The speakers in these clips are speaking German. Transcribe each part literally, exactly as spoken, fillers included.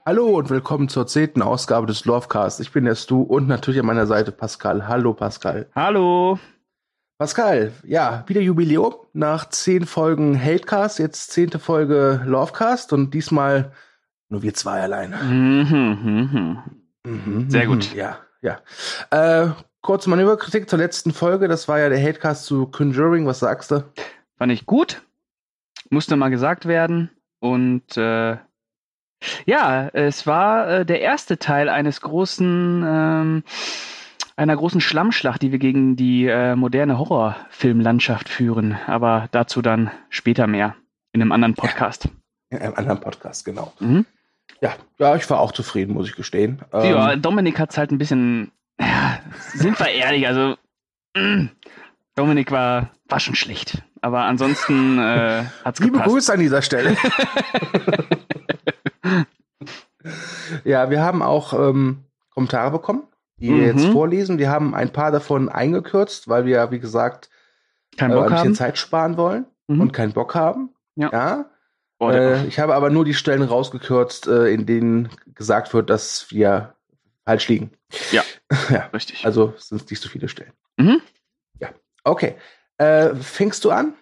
Hallo und willkommen zur zehnten Ausgabe des Lovecast. Ich bin der Stu und natürlich an meiner Seite Pascal. Hallo Pascal. Hallo. Pascal, ja, wieder Jubiläum. Nach zehn Folgen Hatecast, jetzt zehnte Folge Lovecast und diesmal nur wir zwei alleine. Mhm, mhm. Mhm, Sehr gut. Ja, ja. Äh, kurze Manöverkritik zur letzten Folge. Das war ja der Hatecast zu Conjuring. Was sagst du? Fand ich gut. Musste mal gesagt werden. Und äh, ja, es war äh, der erste Teil eines großen, ähm, einer großen Schlammschlacht, die wir gegen die äh, moderne Horrorfilmlandschaft führen. Aber dazu dann später mehr in einem anderen Podcast. Ja, in einem anderen Podcast, genau. Mhm. Ja, ja, ich war auch zufrieden, muss ich gestehen. Ja, Ähm, Dominik hat's halt ein bisschen, ja, sind wir ehrlich, also mh, Dominik war, war schon schlecht. Aber ansonsten äh, hat's Liebe gepasst. Grüße an dieser Stelle. Ja, wir haben auch ähm, Kommentare bekommen, die wir Mhm. jetzt vorlesen. Wir haben ein paar davon eingekürzt, weil wir, wie gesagt, Kein äh, Bock ein bisschen haben. Zeit sparen wollen Mhm. und keinen Bock haben. Ja. Ja. Boah, der- Äh, ich habe aber nur die Stellen rausgekürzt, äh, in denen gesagt wird, dass wir falsch liegen. Ja, Ja, richtig. also sind es nicht so viele Stellen. Mhm. Ja, okay. Äh, fängst du an?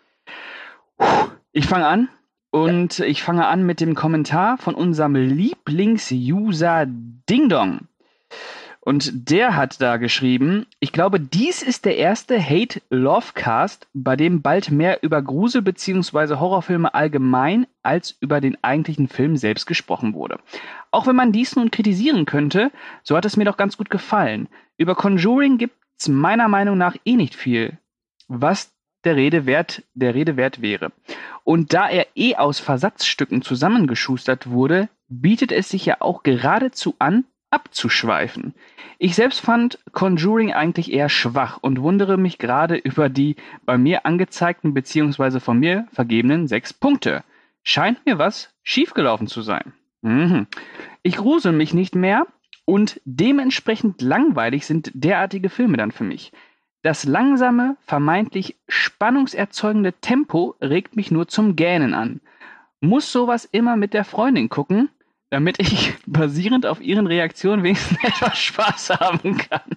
Ich fange an und ich fange an mit dem Kommentar von unserem Lieblings-User Ding Dong. Und der hat da geschrieben, ich glaube, dies ist der erste Hate-Lovecast, bei dem bald mehr über Grusel- bzw. Horrorfilme allgemein als über den eigentlichen Film selbst gesprochen wurde. Auch wenn man dies nun kritisieren könnte, so hat es mir doch ganz gut gefallen. Über Conjuring gibt's meiner Meinung nach eh nicht viel, was der Rede wert, der Rede wert wäre. Und da er eh aus Versatzstücken zusammengeschustert wurde, bietet es sich ja auch geradezu an, abzuschweifen. Ich selbst fand Conjuring eigentlich eher schwach und wundere mich gerade über die bei mir angezeigten bzw. von mir vergebenen sechs Punkte. Scheint mir was schiefgelaufen zu sein. Mhm. Ich grusel mich nicht mehr und dementsprechend langweilig sind derartige Filme dann für mich. Das langsame, vermeintlich spannungserzeugende Tempo regt mich nur zum Gähnen an. Muss sowas immer mit der Freundin gucken, damit ich basierend auf ihren Reaktionen wenigstens etwas Spaß haben kann.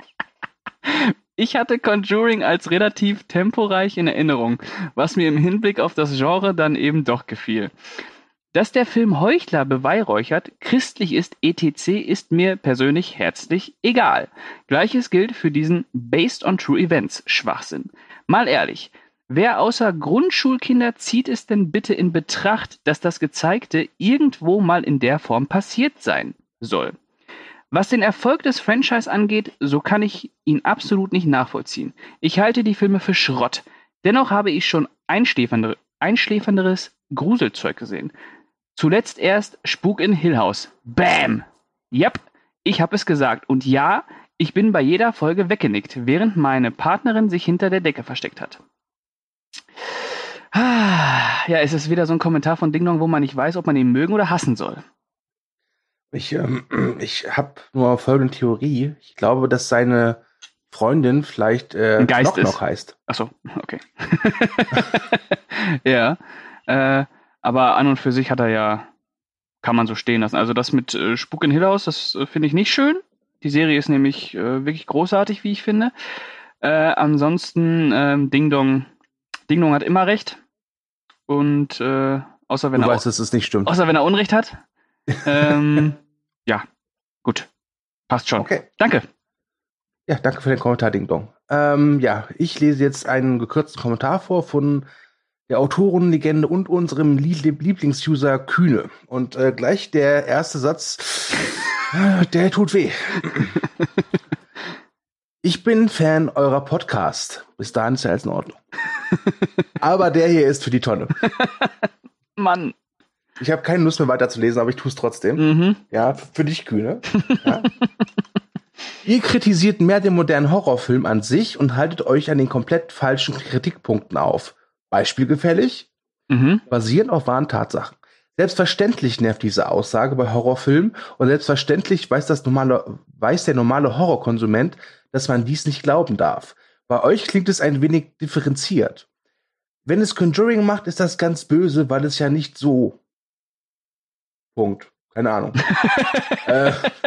Ich hatte Conjuring als relativ temporeich in Erinnerung, was mir im Hinblick auf das Genre dann eben doch gefiel. Dass der Film Heuchler beweihräuchert, christlich ist et cetera ist mir persönlich herzlich egal. Gleiches gilt für diesen Based on True Events Schwachsinn. Mal ehrlich, wer außer Grundschulkinder zieht es denn bitte in Betracht, dass das Gezeigte irgendwo mal in der Form passiert sein soll? Was den Erfolg des Franchise angeht, so kann ich ihn absolut nicht nachvollziehen. Ich halte die Filme für Schrott. Dennoch habe ich schon einschläfernde, einschläfernderes Gruselzeug gesehen. Zuletzt erst Spuk in Hill House. Bam! Yep, ich habe es gesagt. Und ja, ich bin bei jeder Folge weggenickt, während meine Partnerin sich hinter der Decke versteckt hat. Ja, es ist wieder so ein Kommentar von Ding Dong, wo man nicht weiß, ob man ihn mögen oder hassen soll. Ich, ähm, ich habe nur folgende Theorie. Ich glaube, dass seine Freundin vielleicht äh, Ein Geist Knock Knock ist. heißt. Achso, okay. Ja, äh, aber an und für sich hat er ja, kann man so stehen lassen. Also das mit äh, Spuk in Hill House, das äh, finde ich nicht schön. Die Serie ist nämlich äh, wirklich großartig, wie ich finde. Äh, ansonsten, ähm, Ding Dong, Ding Dong hat immer recht. Und äh, außer wenn Du er weißt, dass es nicht stimmt. außer wenn er Unrecht hat. ähm, ja, gut. Passt schon. Okay. Danke. Ja, danke für den Kommentar, Ding Dong. Ähm, ja, ich lese jetzt einen gekürzten Kommentar vor von der Autorenlegende und unserem Lieb- Lieblingsuser Kühne. Und äh, gleich der erste Satz, äh, der tut weh. Ich bin Fan eurer Podcast. Bis dahin ist ja alles in Ordnung. Aber der hier ist für die Tonne. Mann. Ich habe keine Lust mehr weiterzulesen, aber ich tue es trotzdem. Mhm. Ja, für dich, Kühne. Ja. Ihr kritisiert mehr den modernen Horrorfilm an sich und haltet euch an den komplett falschen Kritikpunkten auf. Beispielgefällig, Mhm. basierend auf wahren Tatsachen. Selbstverständlich nervt diese Aussage bei Horrorfilmen und selbstverständlich weiß, das normale, weiß der normale Horrorkonsument, dass man dies nicht glauben darf. Bei euch klingt es ein wenig differenziert. Wenn es Conjuring macht, ist das ganz böse, weil es ja nicht so... Punkt. Keine Ahnung. äh,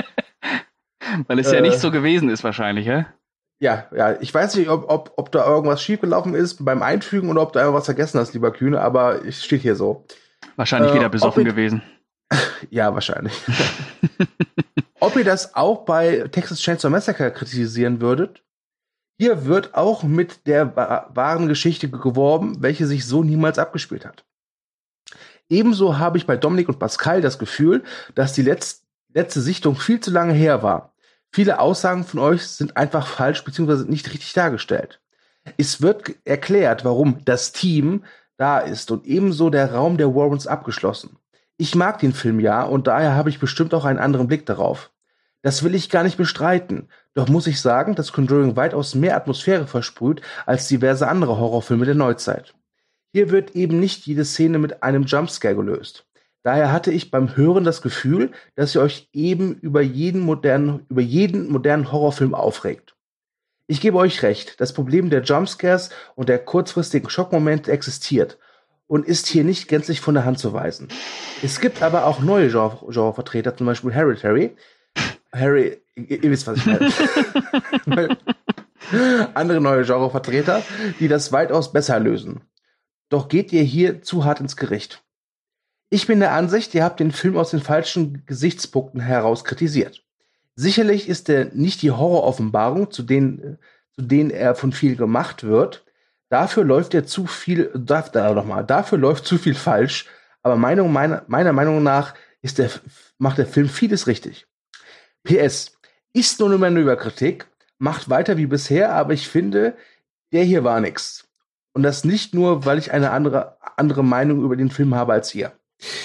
Weil es äh, ja nicht so gewesen ist wahrscheinlich, hä? Ja, ja. Ich weiß nicht, ob, ob, ob da irgendwas schiefgelaufen ist beim Einfügen oder ob du einfach was vergessen hast, lieber Kühne, aber es steht hier so. Wahrscheinlich Äh, wieder besoffen ihr, gewesen. Ja, wahrscheinlich. Ob ihr das auch bei Texas Chainsaw Massacre kritisieren würdet? Hier wird auch mit der wa- wahren Geschichte geworben, welche sich so niemals abgespielt hat. Ebenso habe ich bei Dominik und Pascal das Gefühl, dass die letz- letzte Sichtung viel zu lange her war. Viele Aussagen von euch sind einfach falsch bzw. nicht richtig dargestellt. Es wird ge- erklärt, warum das Team da ist und ebenso der Raum der Warrens abgeschlossen. Ich mag den Film ja und daher habe ich bestimmt auch einen anderen Blick darauf. Das will ich gar nicht bestreiten. Doch muss ich sagen, dass Conjuring weitaus mehr Atmosphäre versprüht als diverse andere Horrorfilme der Neuzeit. Hier wird eben nicht jede Szene mit einem Jumpscare gelöst. Daher hatte ich beim Hören das Gefühl, dass ihr euch eben über jeden modernen, über jeden modernen Horrorfilm aufregt. Ich gebe euch recht, das Problem der Jumpscares und der kurzfristigen Schockmomente existiert und ist hier nicht gänzlich von der Hand zu weisen. Es gibt aber auch neue Genre- Genrevertreter, zum Beispiel Hereditary. Harry, ihr, ihr wisst, was ich meine. Andere neue Genrevertreter, die das weitaus besser lösen. Doch geht ihr hier zu hart ins Gericht. Ich bin der Ansicht, ihr habt den Film aus den falschen Gesichtspunkten heraus kritisiert. Sicherlich ist er nicht die Horror-Offenbarung, zu denen, zu denen er von viel gemacht wird. Dafür läuft er zu viel, darf, da noch mal, dafür läuft zu viel falsch. Aber Meinung, meiner, meiner Meinung nach ist der, macht der Film vieles richtig. P S. Ist nur eine Manöverkritik, macht weiter wie bisher, aber ich finde, der hier war nix. Und das nicht nur, weil ich eine andere, andere Meinung über den Film habe als ihr.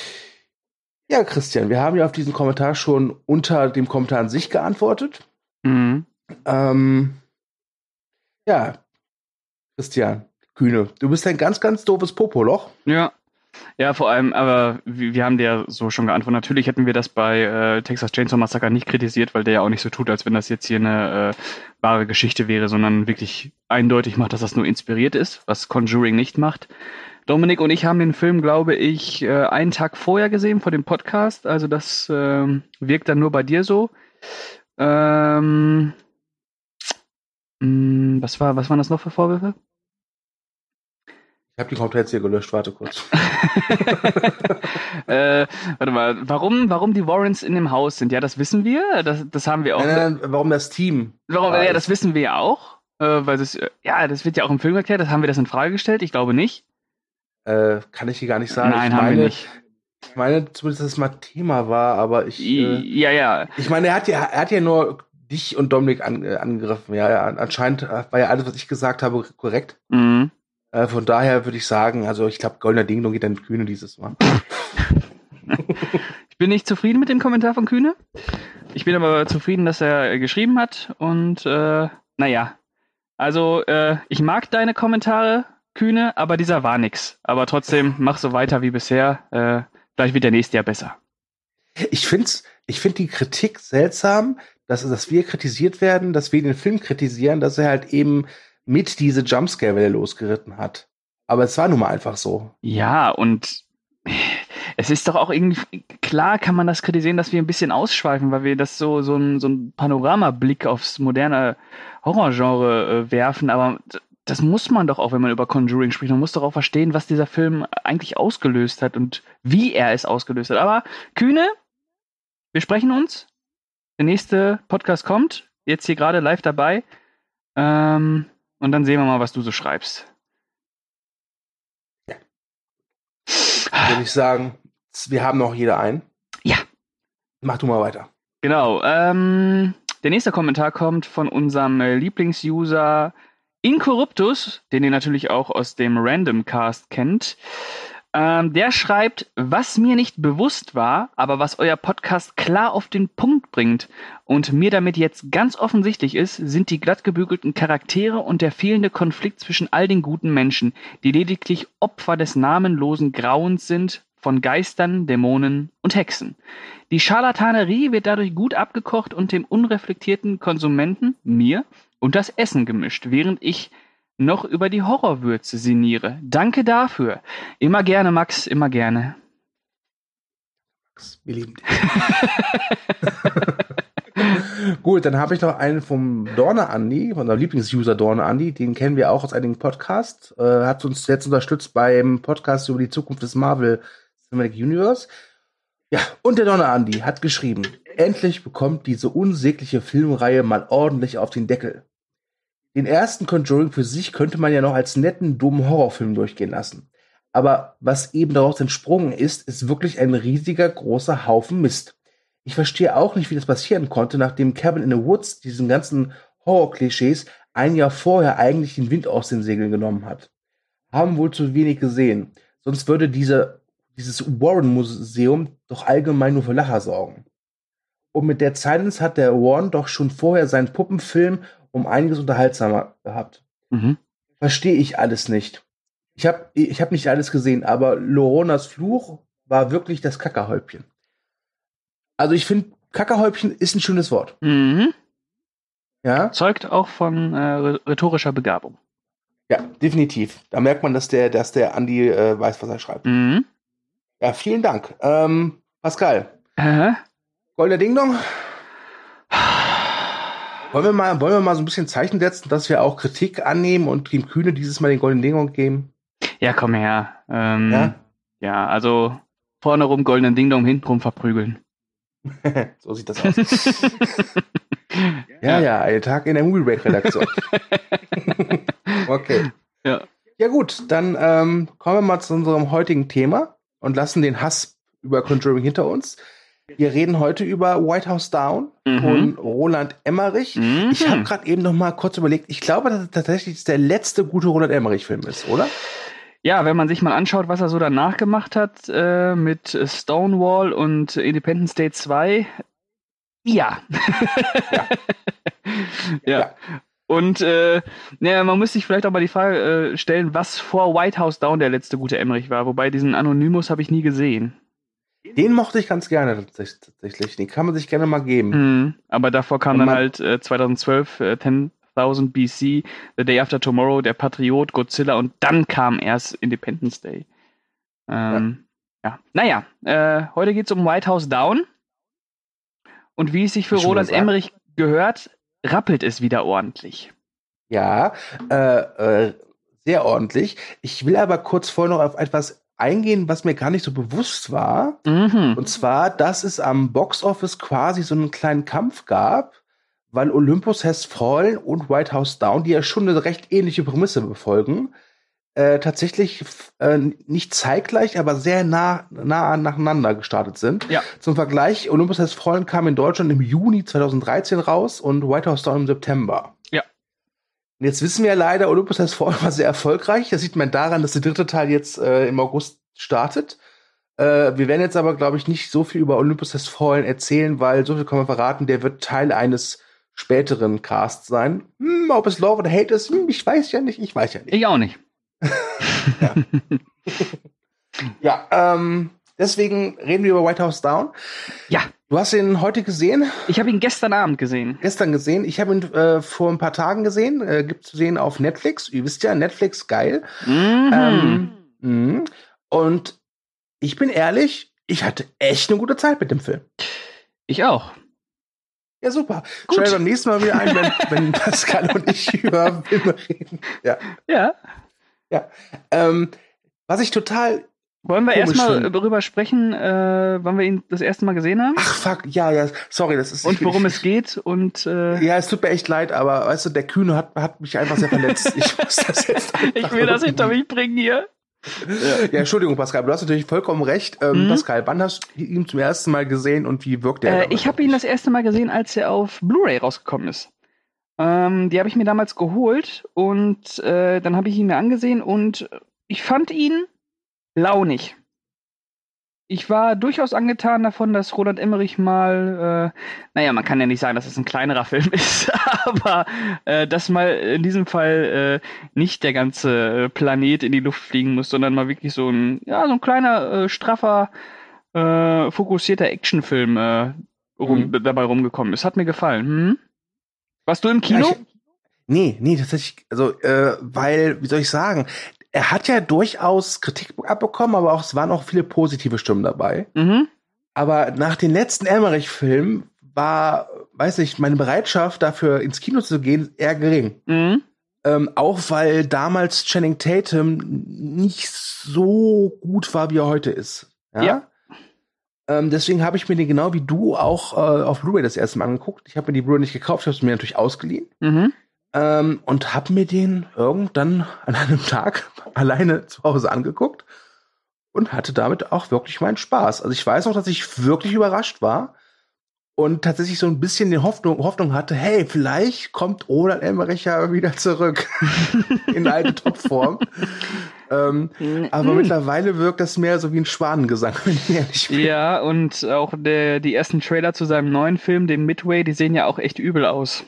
Ja, Christian, wir haben ja auf diesen Kommentar schon unter dem Kommentar an sich geantwortet. Mhm. Ähm, ja, Christian, Kühne, du bist ein ganz, ganz doofes Popoloch. Ja. Ja, vor allem, aber wir, wir haben dir ja so schon geantwortet. Natürlich hätten wir das bei äh, Texas Chainsaw Massacre nicht kritisiert, weil der ja auch nicht so tut, als wenn das jetzt hier eine äh, wahre Geschichte wäre, sondern wirklich eindeutig macht, dass das nur inspiriert ist, was Conjuring nicht macht. Dominik und ich haben den Film, glaube ich, äh, einen Tag vorher gesehen, vor dem Podcast. Also das ähm, wirkt dann nur bei dir so. Ähm, mh, was war, was waren das noch für Vorwürfe? Ich habe die Kommentare jetzt hier gelöscht, warte kurz. äh, warte mal, warum, warum die Warrens in dem Haus sind? Ja, das wissen wir. Das, das haben wir auch. Nein, nein, warum das Team? Warum, da ja, ist. das wissen wir ja auch. Äh, weil das, äh, ja, das wird ja auch im Film erklärt. Das haben wir das in Frage gestellt. Ich glaube nicht. Äh, kann ich hier gar nicht sagen. Nein, ich haben meine, wir nicht. Ich meine zumindest, dass es mal Thema war, aber ich. Äh, Ja, ja. Ich meine, er hat ja, er hat ja nur dich und Dominik an, äh, angegriffen. Ja, ja, anscheinend war ja alles, was ich gesagt habe, korrekt. Mhm. Äh, von daher würde ich sagen, also ich glaube, Goldener Ding Dong geht dann mit Kühne dieses Mal. Ich bin nicht zufrieden mit dem Kommentar von Kühne. Ich bin aber zufrieden, dass er geschrieben hat. Und äh, naja. Also, äh, ich mag deine Kommentare, Kühne, aber dieser war nix. Aber trotzdem, mach so weiter wie bisher. Äh, vielleicht wird der nächste ja besser. Ich find's, ich find die Kritik seltsam, dass, dass wir kritisiert werden, dass wir den Film kritisieren, dass er halt eben mit diese Jumpscare-Welle losgeritten hat. Aber es war nun mal einfach so. Ja, und es ist doch auch irgendwie, klar kann man das kritisieren, dass wir ein bisschen ausschweifen, weil wir das so, so ein, so ein Panoramablick aufs moderne Horrorgenre äh, werfen, aber das muss man doch auch, wenn man über Conjuring spricht. Man muss doch auch verstehen, was dieser Film eigentlich ausgelöst hat und wie er es ausgelöst hat. Aber Kühne, wir sprechen uns. Der nächste Podcast kommt. Jetzt hier gerade live dabei. Ähm, und dann sehen wir mal, was du so schreibst. Ja. Würde ich sagen, wir haben noch jeder einen. Ja. Mach du mal weiter. Genau. Ähm, der nächste Kommentar kommt von unserem Lieblingsuser Incorruptus, den ihr natürlich auch aus dem Random Cast kennt. Ähm, der schreibt, was mir nicht bewusst war, aber was euer Podcast klar auf den Punkt bringt und mir damit jetzt ganz offensichtlich ist, sind die glattgebügelten Charaktere und der fehlende Konflikt zwischen all den guten Menschen, die lediglich Opfer des namenlosen Grauens sind von Geistern, Dämonen und Hexen. Die Scharlatanerie wird dadurch gut abgekocht und dem unreflektierten Konsumenten, mir, und das Essen gemischt, während ich noch über die Horrorwürze sinniere. Danke dafür. Immer gerne, Max, immer gerne. Max, wir lieben dich. Gut, dann habe ich noch einen vom Dorne Andi, von unserem Lieblingsuser Dorne Andi. Den kennen wir auch aus einigen Podcasts. Äh, hat uns jetzt unterstützt beim Podcast über die Zukunft des Marvel Cinematic Universe. Ja, und der Dorne Andi hat geschrieben, endlich bekommt diese unsägliche Filmreihe mal ordentlich auf den Deckel. Den ersten Conjuring für sich könnte man ja noch als netten, dummen Horrorfilm durchgehen lassen. Aber was eben daraus entsprungen ist, ist wirklich ein riesiger, großer Haufen Mist. Ich verstehe auch nicht, wie das passieren konnte, nachdem Cabin in the Woods diesen ganzen Horror-Klischees ein Jahr vorher eigentlich den Wind aus den Segeln genommen hat. Haben wohl zu wenig gesehen. Sonst würde diese, dieses Warren-Museum doch allgemein nur für Lacher sorgen. Und mit der Silence hat der Warren doch schon vorher seinen Puppenfilm um einiges unterhaltsamer gehabt. Mhm. Verstehe ich alles nicht. Ich habe ich hab nicht alles gesehen, aber Loronas Fluch war wirklich das Kackerhäubchen. Also ich finde, Kackerhäubchen ist ein schönes Wort. Mhm. Ja? Zeugt auch von äh, rhetorischer Begabung. Ja, definitiv. Da merkt man, dass der, dass der Andi äh, weiß, was er schreibt. Mhm. Ja, vielen Dank. Ähm, Pascal. Äh? Goldener Ding Dong? Wollen wir mal, wollen wir mal so ein bisschen Zeichen setzen, dass wir auch Kritik annehmen und Team Kühne dieses Mal den Goldenen Ding Dong geben? Ja, komm her. Ähm, Ja? Ja, also vorne rum Goldenen Ding Dong, hinten rum verprügeln. So sieht das aus. ja, ja, ein Tag in der Movie Break Redaktion. Okay. Ja. Ja gut, dann ähm, kommen wir mal zu unserem heutigen Thema und lassen den Hass über Conjuring hinter uns. Wir reden heute über White House Down Mhm. von Roland Emmerich. Mhm. Ich habe gerade eben noch mal kurz überlegt, ich glaube, dass es tatsächlich der letzte gute Roland Emmerich-Film ist, oder? Ja, wenn man sich mal anschaut, was er so danach gemacht hat äh, mit Stonewall und Independence Day zwei, ja. Ja. ja. Ja. Und äh, naja, man muss sich vielleicht auch mal die Frage äh, stellen, was vor White House Down der letzte gute Emmerich war. Wobei diesen Anonymous habe ich nie gesehen. Den mochte ich ganz gerne tatsächlich. Den kann man sich gerne mal geben. Mhm. Aber davor kam Und dann man- halt äh, zweitausendzwölf äh, zehntausend B C, The Day After Tomorrow, Der Patriot, Godzilla und dann kam erst Independence Day. Ähm, ja. Naja, äh, heute geht's um White House Down. Und wie es sich für Wie schon Roland gesagt. Emmerich gehört, rappelt es wieder ordentlich. Ja, äh, äh, sehr ordentlich. Ich will aber kurz vorher noch auf etwas eingehen, was mir gar nicht so bewusst war. Mhm. Und zwar, dass es am Boxoffice quasi so einen kleinen Kampf gab, weil Olympus Has Fallen und White House Down, die ja schon eine recht ähnliche Prämisse befolgen, äh, tatsächlich äh, nicht zeitgleich, aber sehr nah, nah nacheinander gestartet sind. Ja. Zum Vergleich, Olympus Has Fallen kam in Deutschland im Juni zweitausenddreizehn raus und White House Down im September. Ja. Und jetzt wissen wir ja leider, Olympus Has Fallen war sehr erfolgreich. Das sieht man daran, dass der dritte Teil jetzt äh, im August startet. Äh, wir werden jetzt aber, glaube ich, nicht so viel über Olympus Has Fallen erzählen, weil so viel können wir verraten, der wird Teil eines späteren Casts sein. Hm, ob es Love oder Hate ist, hm, ich weiß ja nicht, ich weiß ja nicht. Ich auch nicht. Ja, ja ähm, deswegen reden wir über White House Down. Ja, Du hast ihn heute gesehen, ich habe ihn gestern Abend gesehen. gestern gesehen. Ich habe ihn äh, vor ein paar Tagen gesehen. Äh, gibt zu sehen auf Netflix. Ihr wisst ja, Netflix, geil. Mhm. Ähm, mh. Und ich bin ehrlich, ich hatte echt eine gute Zeit mit dem Film. Ich auch. Ja, super. Gut. Schau beim nächsten Mal wieder ein, wenn, wenn Pascal und ich über Filme reden. Ja. Ja. Ja. Ähm, was ich total. Wollen wir Komisch erstmal finde. darüber sprechen, äh, wann wir ihn das erste Mal gesehen haben? Ach, fuck, ja, ja, sorry, das ist. Und worum es geht und äh, Ja, es tut mir echt leid, aber weißt du, der Kühne hat, hat mich einfach sehr verletzt. Ich muss das jetzt. ich will das hinter mich bringen hier. Ja, Entschuldigung, Pascal, du hast natürlich vollkommen recht. Ähm, Mhm. Pascal, wann hast du ihn zum ersten Mal gesehen und wie wirkt er? Äh, damit ich habe auf dich? ihn das erste Mal gesehen, als er auf Blu-ray rausgekommen ist. Ähm, die habe ich mir damals geholt und äh, dann habe ich ihn mir angesehen und ich fand ihn launig. Ich war durchaus angetan davon, dass Roland Emmerich mal, äh, naja, man kann ja nicht sagen, dass es ein kleinerer Film ist, aber äh, dass mal in diesem Fall äh, nicht der ganze Planet in die Luft fliegen muss, sondern mal wirklich so ein, ja, so ein kleiner, äh, straffer, äh, fokussierter Actionfilm äh, rum, Mhm. dabei rumgekommen ist. Hat mir gefallen. Hm? Warst du im Kino? Ja, ich, nee, nee, tatsächlich, also, äh, weil, wie soll ich sagen, er hat ja durchaus Kritik abbekommen, aber auch, es waren auch viele positive Stimmen dabei. mhm. Aber nach den letzten Emmerich-Filmen war, weiß nicht, meine Bereitschaft dafür ins Kino zu gehen eher gering. Mhm. Ähm, auch weil damals Channing Tatum nicht so gut war, wie er heute ist. Ja. Ja. Ähm, deswegen habe ich mir den genau wie du auch äh, auf Blu-ray das erste Mal angeguckt. Ich habe mir die Blu-ray nicht gekauft, ich habe es mir natürlich ausgeliehen. Mhm. Ähm, und habe mir den irgendwann an einem Tag alleine zu Hause angeguckt und hatte damit auch wirklich meinen Spaß. Also ich weiß noch, dass ich wirklich überrascht war und tatsächlich so ein bisschen die Hoffnung, Hoffnung hatte, hey, vielleicht kommt Roland Emmerich ja wieder zurück in alte Topform. ähm, aber Mhm. mittlerweile wirkt das mehr so wie ein Schwanengesang, wenn ich ehrlich bin. Ja, und auch der, die ersten Trailer zu seinem neuen Film, dem Midway, die sehen ja auch echt übel aus.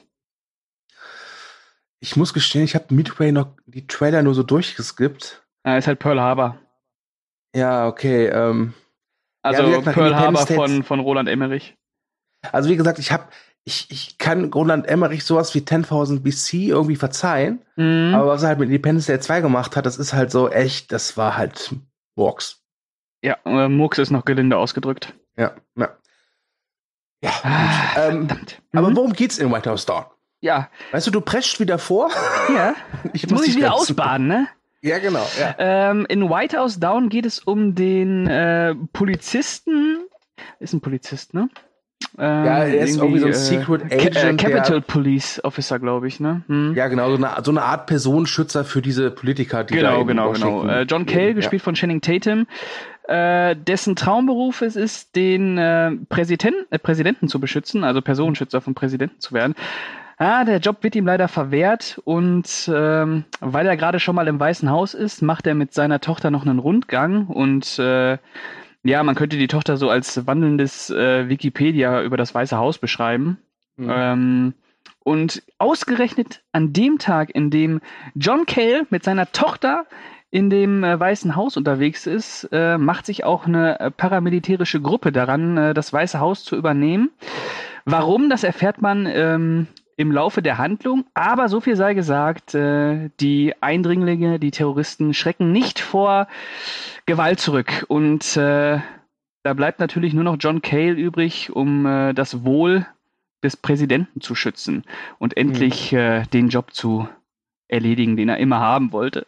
Ich muss gestehen, ich habe Midway noch die Trailer nur so durchgeskippt. Ja, ist halt Pearl Harbor. Ja, okay. Ähm, Also ja, wie gesagt, nach Pearl Independence Harbor Day- von, von Roland Emmerich. Also wie gesagt, ich habe, ich, ich kann Roland Emmerich sowas wie zehntausend B C irgendwie verzeihen, Mhm. aber was er halt mit Independence Day zwei gemacht hat, das ist halt so echt, das war halt Murks. Ja, äh, Murks ist noch gelinde ausgedrückt. Ja, ja. Ja, Ah, gut. Ähm, verdammt. aber Mhm. worum geht's in White House Down? Ja, Weißt du, du prescht wieder vor. ja. Ich Jetzt muss ich nicht wieder ganz- ausbaden, ne? Ja, genau. Ja. Ähm, in White House Down geht es um den äh, Polizisten. Ist ein Polizist, ne? Ähm, Ja, er ist irgendwie so ein äh, Secret Ca- äh, Agent, Capital der- Police Officer, glaube ich, ne? Hm. Ja, genau, so eine, so eine Art Personenschützer für diese Politiker, die da Genau, in genau, genau. Washington Äh, John Cale, leben. gespielt von Channing Tatum, äh, dessen Traumberuf es ist, den äh, Präsident, äh, Präsidenten zu beschützen, also Personenschützer vom Präsidenten zu werden. Ah, der Job wird ihm leider verwehrt und ähm, weil er gerade schon mal im Weißen Haus ist, macht er mit seiner Tochter noch einen Rundgang und äh, ja, man könnte die Tochter so als wandelndes äh, Wikipedia über das Weiße Haus beschreiben. Mhm. Ähm, und ausgerechnet an dem Tag, in dem John Cale mit seiner Tochter in dem äh, Weißen Haus unterwegs ist, äh, macht sich auch eine äh, paramilitärische Gruppe daran, äh, das Weiße Haus zu übernehmen. Warum, das erfährt man ähm, im Laufe der Handlung, aber so viel sei gesagt, äh, die Eindringlinge, die Terroristen schrecken nicht vor Gewalt zurück und äh, da bleibt natürlich nur noch John Cale übrig, um äh, das Wohl des Präsidenten zu schützen und endlich äh, den Job zu erledigen, den er immer haben wollte.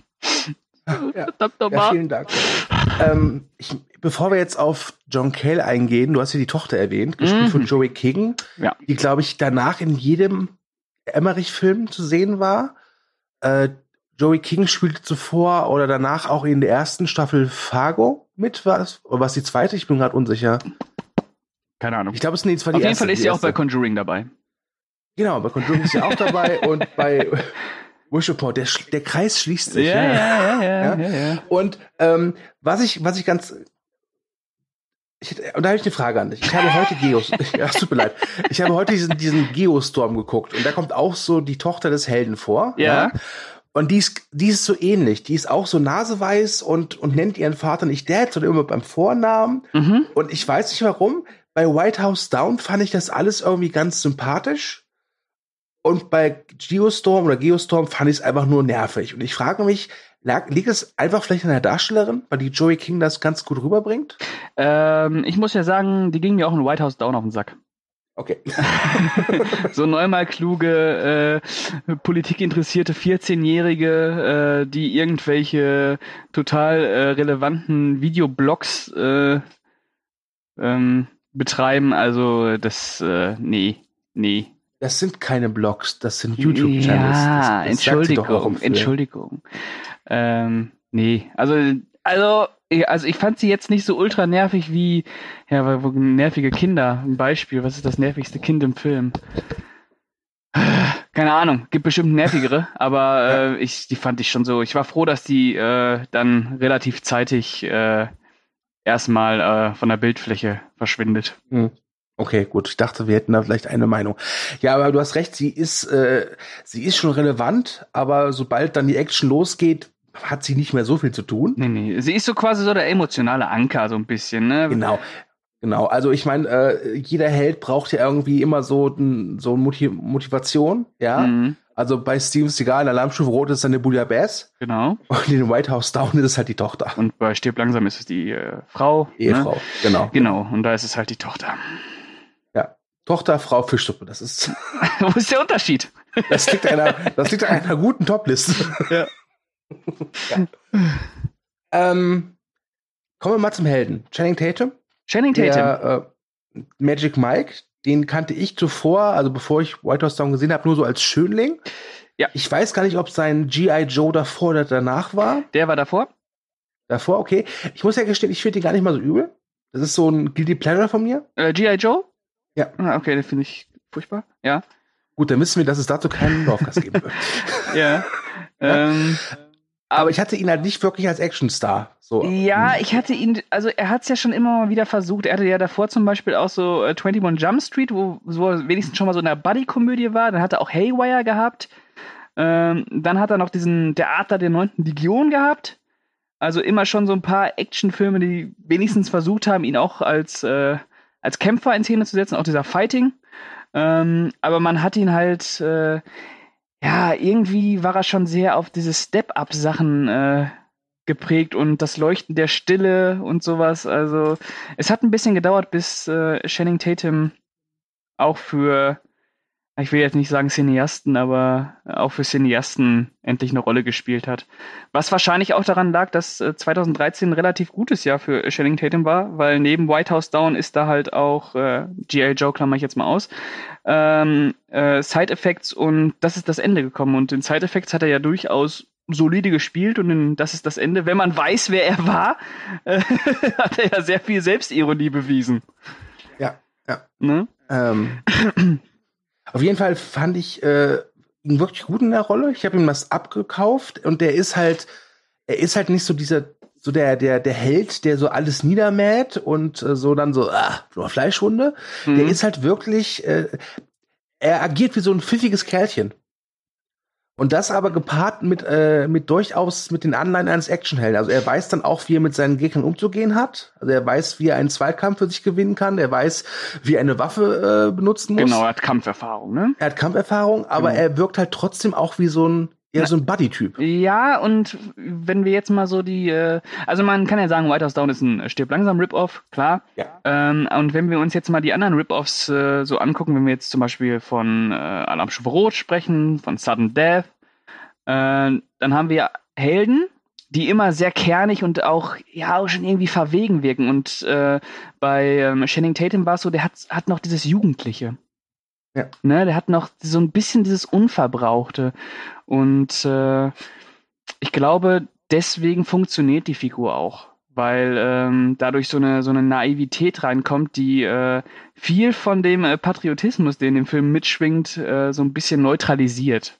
Ja. Verdammt Ja, nochmal. vielen Dank. ähm, ich, bevor wir jetzt auf John Cale eingehen, du hast ja die Tochter erwähnt, gespielt Mhm. von Joey King, Ja. die, glaube ich, danach in jedem Emmerich-Film zu sehen war. Äh, Joey King spielte zuvor oder danach auch in der ersten Staffel Fargo mit, was? Oder was die zweite? Ich bin gerade unsicher. Keine Ahnung. Ich glaube, es nee, es war die Auf jeden erste. Fall ist die sie auch bei erste. Conjuring dabei. Genau, bei Conjuring ist sie auch dabei und bei Wish Upon, der, sch- der Kreis schließt sich. Ja, ja, ja, ja, Ja. ja, ja. Und ähm, was ich, was ich ganz, ich, hätte- und da habe ich eine Frage an dich. Ich habe heute Geos, ja, es tut mir leid. Ich habe heute diesen, diesen Geostorm geguckt und da kommt auch so die Tochter des Helden vor. Ja. Und die ist, die ist so ähnlich. Die ist auch so naseweiß und, und nennt ihren Vater nicht Dad, sondern immer beim Vornamen. Mhm. Und ich weiß nicht warum. Bei White House Down fand ich das alles irgendwie ganz sympathisch. Und bei Geostorm oder Geostorm fand ich es einfach nur nervig. Und ich frage mich, lag, liegt es einfach vielleicht an der Darstellerin, weil die Joey King das ganz gut rüberbringt? Ähm, ich muss ja sagen, die ging mir auch in White House Down auf den Sack. Okay. So neunmal kluge, äh, politikinteressierte vierzehnjährige, äh, die irgendwelche total äh, relevanten Videoblogs äh, ähm, betreiben. Also das, äh, nee, nee. Das sind keine Blogs, das sind YouTube-Channels. Ja, das, das sagt sie doch auch Entschuldigung, im Film. Entschuldigung. Ähm, nee, also, also, also ich fand sie jetzt nicht so ultra nervig wie, ja, wo- nervige Kinder. Ein Beispiel, was ist das nervigste Kind im Film? Keine Ahnung, gibt bestimmt nervigere, aber äh, ich, die fand ich schon so. Ich war froh, dass die äh, dann relativ zeitig äh, erstmal äh, von der Bildfläche verschwindet. Hm. Okay, gut. Ich dachte, wir hätten da vielleicht eine Meinung. Ja, aber du hast recht, sie ist, äh, sie ist schon relevant, aber sobald dann die Action losgeht, hat sie nicht mehr so viel zu tun. Nee, nee. Sie ist so quasi so der emotionale Anker, so ein bisschen, ne? Genau. Genau, also ich meine, äh, jeder Held braucht ja irgendwie immer so, n, so Motiv Motivation, ja. Mhm. Also bei Steven Seagal in Alarmstufe Rot ist es eine Booyah Bass. Genau. Und in White House Down ist es halt die Tochter. Und bei Stirb langsam ist es die äh, Frau. Ehefrau, ne? genau. Genau, und da ist es halt die Tochter. Ja, Tochter, Frau, Fischsuppe, das ist... Wo ist der Unterschied? Das liegt an einer, das liegt an einer guten Topliste. Ja. ja. Ähm, kommen wir mal zum Helden. Channing Tatum. Channing Tatum. Der, äh, Magic Mike, den kannte ich zuvor, also bevor ich White House Down gesehen habe, nur so als Schönling. Ja. Ich weiß gar nicht, ob sein G I. Joe davor oder danach war. Der war davor? Davor, okay. Ich muss ja gestehen, ich finde ihn gar nicht mal so übel. Das ist so ein Guilty Pleasure von mir. Äh, G I. Joe? Ja. Ah, okay, den finde ich furchtbar. Ja. Gut, dann wissen wir, dass es dazu keinen Dorfgast geben wird. ja. ähm, Aber ich hatte ihn halt nicht wirklich als Actionstar. So. Ja, ich hatte ihn, also er hat es ja schon immer mal wieder versucht. Er hatte ja davor zum Beispiel auch so äh, einundzwanzig Jump Street, wo, wo er wenigstens schon mal so in der Buddy-Komödie war. Dann hat er auch Haywire gehabt. Ähm, dann hat er noch diesen Der Adler der neunten Legion gehabt. Also immer schon so ein paar Actionfilme, die wenigstens versucht haben, ihn auch als, äh, als Kämpfer in Szene zu setzen, auch dieser Fighting. Ähm, aber man hat ihn halt, äh, ja, irgendwie war er schon sehr auf diese Step-Up-Sachen äh, geprägt und das Leuchten der Stille und sowas. Also es hat ein bisschen gedauert, bis äh, Channing Tatum auch für, ich will jetzt nicht sagen Cineasten, aber auch für Cineasten endlich eine Rolle gespielt hat. Was wahrscheinlich auch daran lag, dass äh, zwanzig dreizehn ein relativ gutes Jahr für Channing Tatum war, weil neben White House Down ist da halt auch äh, G I. Joe, klammer ich jetzt mal aus, ähm, äh, Side Effects und Das ist das Ende gekommen. Und in Side Effects hat er ja durchaus solide gespielt und in Das ist das Ende, wenn man weiß, wer er war, äh, hat er ja sehr viel Selbstironie bewiesen. Ja, ja. Ne? Ähm, auf jeden Fall fand ich äh, ihn wirklich gut in der Rolle. Ich habe ihm das abgekauft und der ist halt, er ist halt nicht so dieser, so der, der, der Held, der so alles niedermäht und äh, so dann so, ah, nur Fleischwunde. Mhm. Der ist halt wirklich, äh, er agiert wie so ein pfiffiges Kerlchen. Und das aber gepaart mit, äh, mit durchaus mit den Anleihen eines Actionhelden. Also er weiß dann auch, wie er mit seinen Gegnern umzugehen hat. Also er weiß, wie er einen Zweikampf für sich gewinnen kann. Er weiß, wie er eine Waffe äh, benutzen muss. Genau, er hat Kampferfahrung, ne? Er hat Kampferfahrung, aber genau. Er wirkt halt trotzdem auch wie so ein, eher Na, so ein Buddy-Typ. Ja, und wenn wir jetzt mal so die, äh, also man kann ja sagen, White House Down ist ein Stirb langsam Rip-Off, klar. Ja. Ähm, und wenn wir uns jetzt mal die anderen Rip-Offs äh, so angucken, wenn wir jetzt zum Beispiel von äh, Alarmstufe Rot sprechen, von Sudden Death, äh, dann haben wir Helden, die immer sehr kernig und auch, ja, auch schon irgendwie verwegen wirken. Und äh, bei ähm, Channing Tatum war es so, der hat, hat noch dieses Jugendliche. Ja. Ne, der hat noch so ein bisschen dieses Unverbrauchte. Und äh, ich glaube, deswegen funktioniert die Figur auch. Weil ähm, dadurch so eine, so eine Naivität reinkommt, die äh, viel von dem äh, Patriotismus, der in dem Film mitschwingt, äh, so ein bisschen neutralisiert.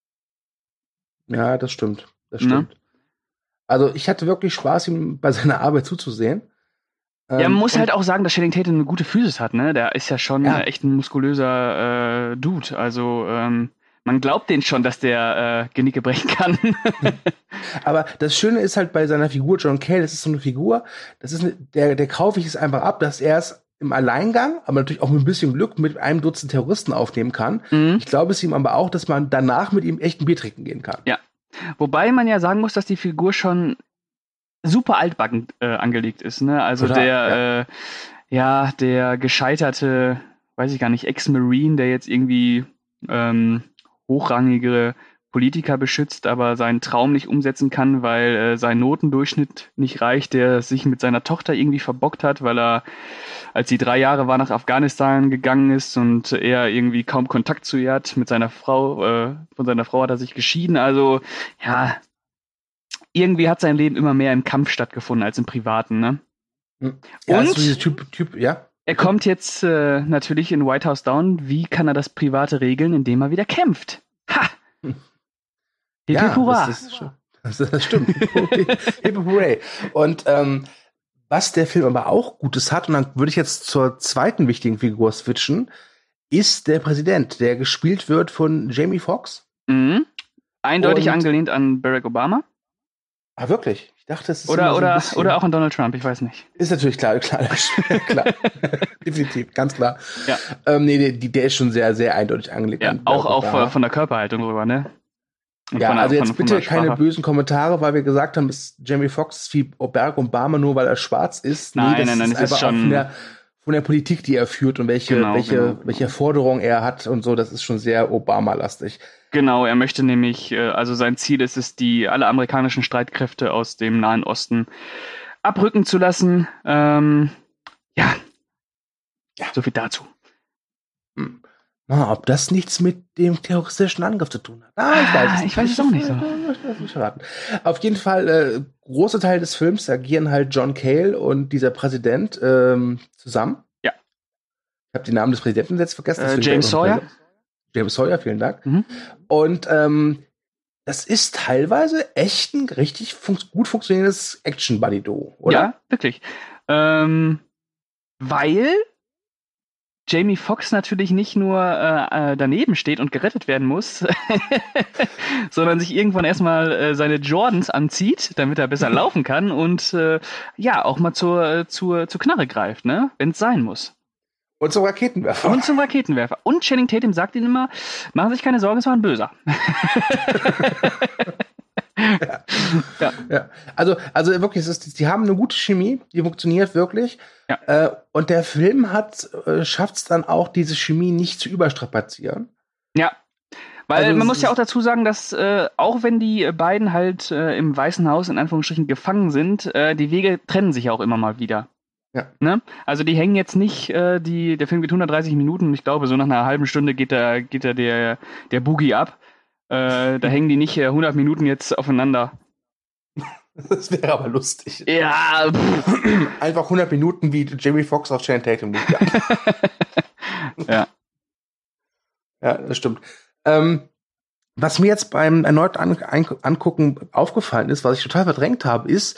Ja, das stimmt. Das stimmt. Ne? Also ich hatte wirklich Spaß, ihm bei seiner Arbeit zuzusehen. Ja, man muss halt auch sagen, dass Channing Tatum eine gute Physis hat, ne? Der ist ja schon ja. echt ein muskulöser äh, Dude. Also ähm, man glaubt den schon, dass der äh, Genicke brechen kann. Aber das Schöne ist halt bei seiner Figur John Cale, das ist so eine Figur, das ist eine, der, der kaufe ich es einfach ab, dass er es im Alleingang, aber natürlich auch mit ein bisschen Glück mit einem Dutzend Terroristen aufnehmen kann. Mhm. Ich glaube es ihm aber auch, dass man danach mit ihm echt ein Bier trinken gehen kann. Ja. Wobei man ja sagen muss, dass die Figur schon super altbacken äh, angelegt ist, ne? Also Total, der, ja. Äh, ja, der gescheiterte, weiß ich gar nicht, Ex-Marine, der jetzt irgendwie ähm, hochrangige Politiker beschützt, aber seinen Traum nicht umsetzen kann, weil äh, sein Notendurchschnitt nicht reicht, der sich mit seiner Tochter irgendwie verbockt hat, weil er, als sie drei Jahre war, nach Afghanistan gegangen ist und er irgendwie kaum Kontakt zu ihr hat. Mit seiner Frau, äh, von seiner Frau hat er sich geschieden. Also, ja, irgendwie hat sein Leben immer mehr im Kampf stattgefunden als im Privaten, ne? Ja, und also typ, typ, ja. er kommt jetzt äh, natürlich in White House Down. Wie kann er das Private regeln, indem er wieder kämpft? Ha! Hm. Hip, ja, hurra. Das, ist, das, das stimmt. Hip, hooray. Und ähm, was der Film aber auch Gutes hat, und dann würde ich jetzt zur zweiten wichtigen Figur switchen, ist der Präsident, der gespielt wird von Jamie Foxx. Mhm. Eindeutig und, angelehnt an Barack Obama. Ah, wirklich? Ich dachte, das ist Oder, so oder, bisschen, oder auch an Donald Trump, ich weiß nicht. Ist natürlich klar, klar, klar. Definitiv, ganz klar. Ja. Ähm, nee, die, der ist schon sehr, sehr eindeutig angelegt. Ja, an auch, auch Obama. von der Körperhaltung drüber, ne? Und ja, von der, also jetzt von, bitte von keine bösen Kommentare, weil wir gesagt haben, dass Jamie Foxx wie Barack Obama nur, weil er schwarz ist. Nein, nee, das nein, nein, ist das ist einfach schon auch von der, von der Politik, die er führt und welche, Genau, welche, genau, genau. welche Forderungen er hat und so, das ist schon sehr Obama-lastig. Genau, er möchte nämlich, äh, also sein Ziel ist es, die alle amerikanischen Streitkräfte aus dem Nahen Osten abrücken zu lassen. Ähm, ja. Ja. So viel dazu. Hm. Ah, ob das nichts mit dem terroristischen Angriff zu tun hat? Ah, ich weiß es nicht. Ich weiß es auch nicht so. Ich möchte das nicht verraten. Auf jeden Fall, äh, große Teil des Films agieren halt John Cale und dieser Präsident ähm, zusammen. Ja. Ich habe den Namen des Präsidenten jetzt vergessen. Äh, James Sawyer. James Sawyer, vielen Dank. Mhm. Und ähm, das ist teilweise echt ein richtig fun- gut funktionierendes Action-Buddy-Duo, oder? Ja, wirklich. Ähm, weil Jamie Foxx natürlich nicht nur äh, daneben steht und gerettet werden muss, sondern sich irgendwann erstmal äh, seine Jordans anzieht, damit er besser laufen kann und äh, ja, auch mal zur, zur, zur Knarre greift, ne? Wenn es sein muss. Und zum Raketenwerfer. Und zum Raketenwerfer. Und Channing Tatum sagt ihnen immer, machen Sie sich keine Sorgen, es war ein Böser. ja. Ja. ja. Also, also wirklich, es ist, die haben eine gute Chemie, die funktioniert wirklich. Ja. Äh, und der Film hat äh, schafft es dann auch, diese Chemie nicht zu überstrapazieren. Ja. Weil also man muss ja auch dazu sagen, dass äh, auch wenn die beiden halt äh, im Weißen Haus in Anführungsstrichen gefangen sind, äh, die Wege trennen sich auch immer mal wieder. Ja. Ne? Also die hängen jetzt nicht, äh, die, der Film geht hundertdreißig Minuten und ich glaube, so nach einer halben Stunde geht da, geht da der, der Boogie ab. Äh, da hängen die nicht äh, hundert Minuten jetzt aufeinander. Das wäre aber lustig. Ja. Einfach hundert Minuten wie Jamie Foxx auf Channing Tatum liegt. Ja. Ja, das stimmt. Ähm, was mir jetzt beim erneuten An- An- Angucken aufgefallen ist, was ich total verdrängt habe, ist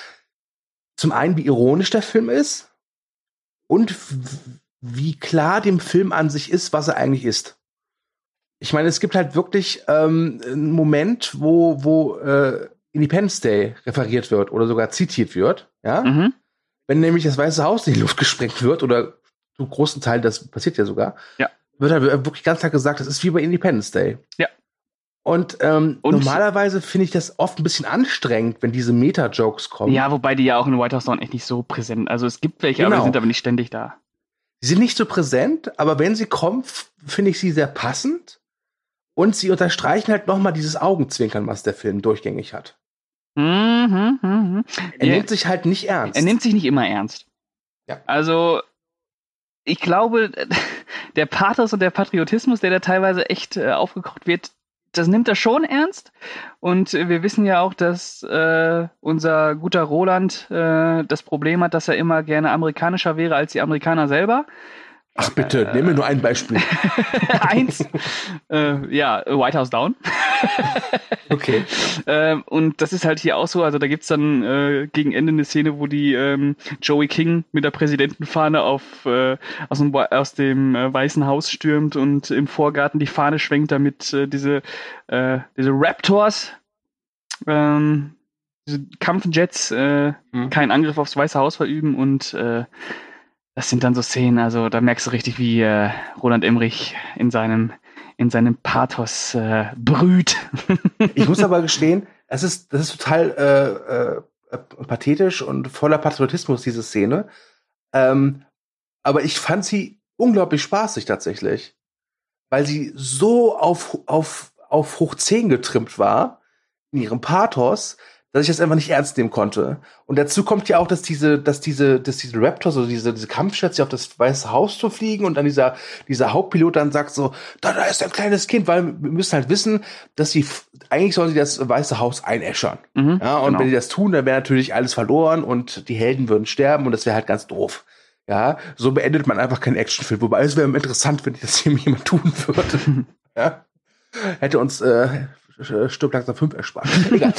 zum einen, wie ironisch der Film ist und w- wie klar dem Film an sich ist, was er eigentlich ist. Ich meine, es gibt halt wirklich ähm, einen Moment, wo, wo äh, Independence Day referiert wird oder sogar zitiert wird, ja. Mhm. Wenn nämlich das Weiße Haus in die Luft gesprengt wird, oder zu großen Teil, das passiert ja sogar, ja. wird halt wirklich ganz klar gesagt, das ist wie bei Independence Day. Ja. Und, ähm, Und normalerweise finde ich das oft ein bisschen anstrengend, wenn diese Meta-Jokes kommen. Ja, wobei die ja auch in White House Down echt nicht so präsent. Also es gibt welche, Genau. aber die sind aber nicht ständig da. Sie sind nicht so präsent, aber wenn sie kommen, f- finde ich sie sehr passend. Und sie unterstreichen halt nochmal dieses Augenzwinkern, was der Film durchgängig hat. Mhm, mhm. Er Ja, nimmt sich halt nicht ernst. er nimmt sich nicht immer ernst. Ja. Also, ich glaube, der Pathos und der Patriotismus, der da teilweise echt äh, aufgekocht wird, das nimmt er schon ernst. Und äh, wir wissen ja auch, dass äh, unser guter Roland äh, das Problem hat, dass er immer gerne amerikanischer wäre als die Amerikaner selber. Ach bitte, äh, nimm mir nur ein Beispiel. Eins. äh, ja, White House Down. Okay. ähm, und das ist halt hier auch so, also da gibt's dann äh, gegen Ende eine Szene, wo die ähm, Joey King mit der Präsidentenfahne auf, äh, aus dem, aus dem äh, Weißen Haus stürmt und im Vorgarten die Fahne schwenkt, damit äh, diese, äh, diese Raptors, ähm, diese Kampfjets äh, hm. keinen Angriff aufs Weiße Haus verüben und äh, das sind dann so Szenen, also da merkst du richtig, wie äh, Roland Emmerich in seinem, in seinem Pathos äh, brüht. Ich muss aber gestehen, es ist, das ist total äh, äh, pathetisch und voller Patriotismus, diese Szene. Ähm, aber ich fand sie unglaublich spaßig tatsächlich. Weil sie so auf, auf, auf hoch zehn getrimmt war, in ihrem Pathos, dass ich das einfach nicht ernst nehmen konnte. Und dazu kommt ja auch, dass diese, dass diese, dass diese Raptors, also diese, diese Kampfjets, die auf das Weiße Haus zu fliegen und dann dieser, dieser Hauptpilot dann sagt so, da, da ist ein kleines Kind, weil wir müssen halt wissen, dass sie, eigentlich sollen sie das Weiße Haus einäschern. Mhm, ja, und genau. Wenn die das tun, dann wäre natürlich alles verloren und die Helden würden sterben und das wäre halt ganz doof. Ja, so beendet man einfach keinen Actionfilm. Wobei es wäre interessant, wenn das hier jemand tun würde. Ja, hätte uns, äh, Stirb langsam fünf erspart. Egal.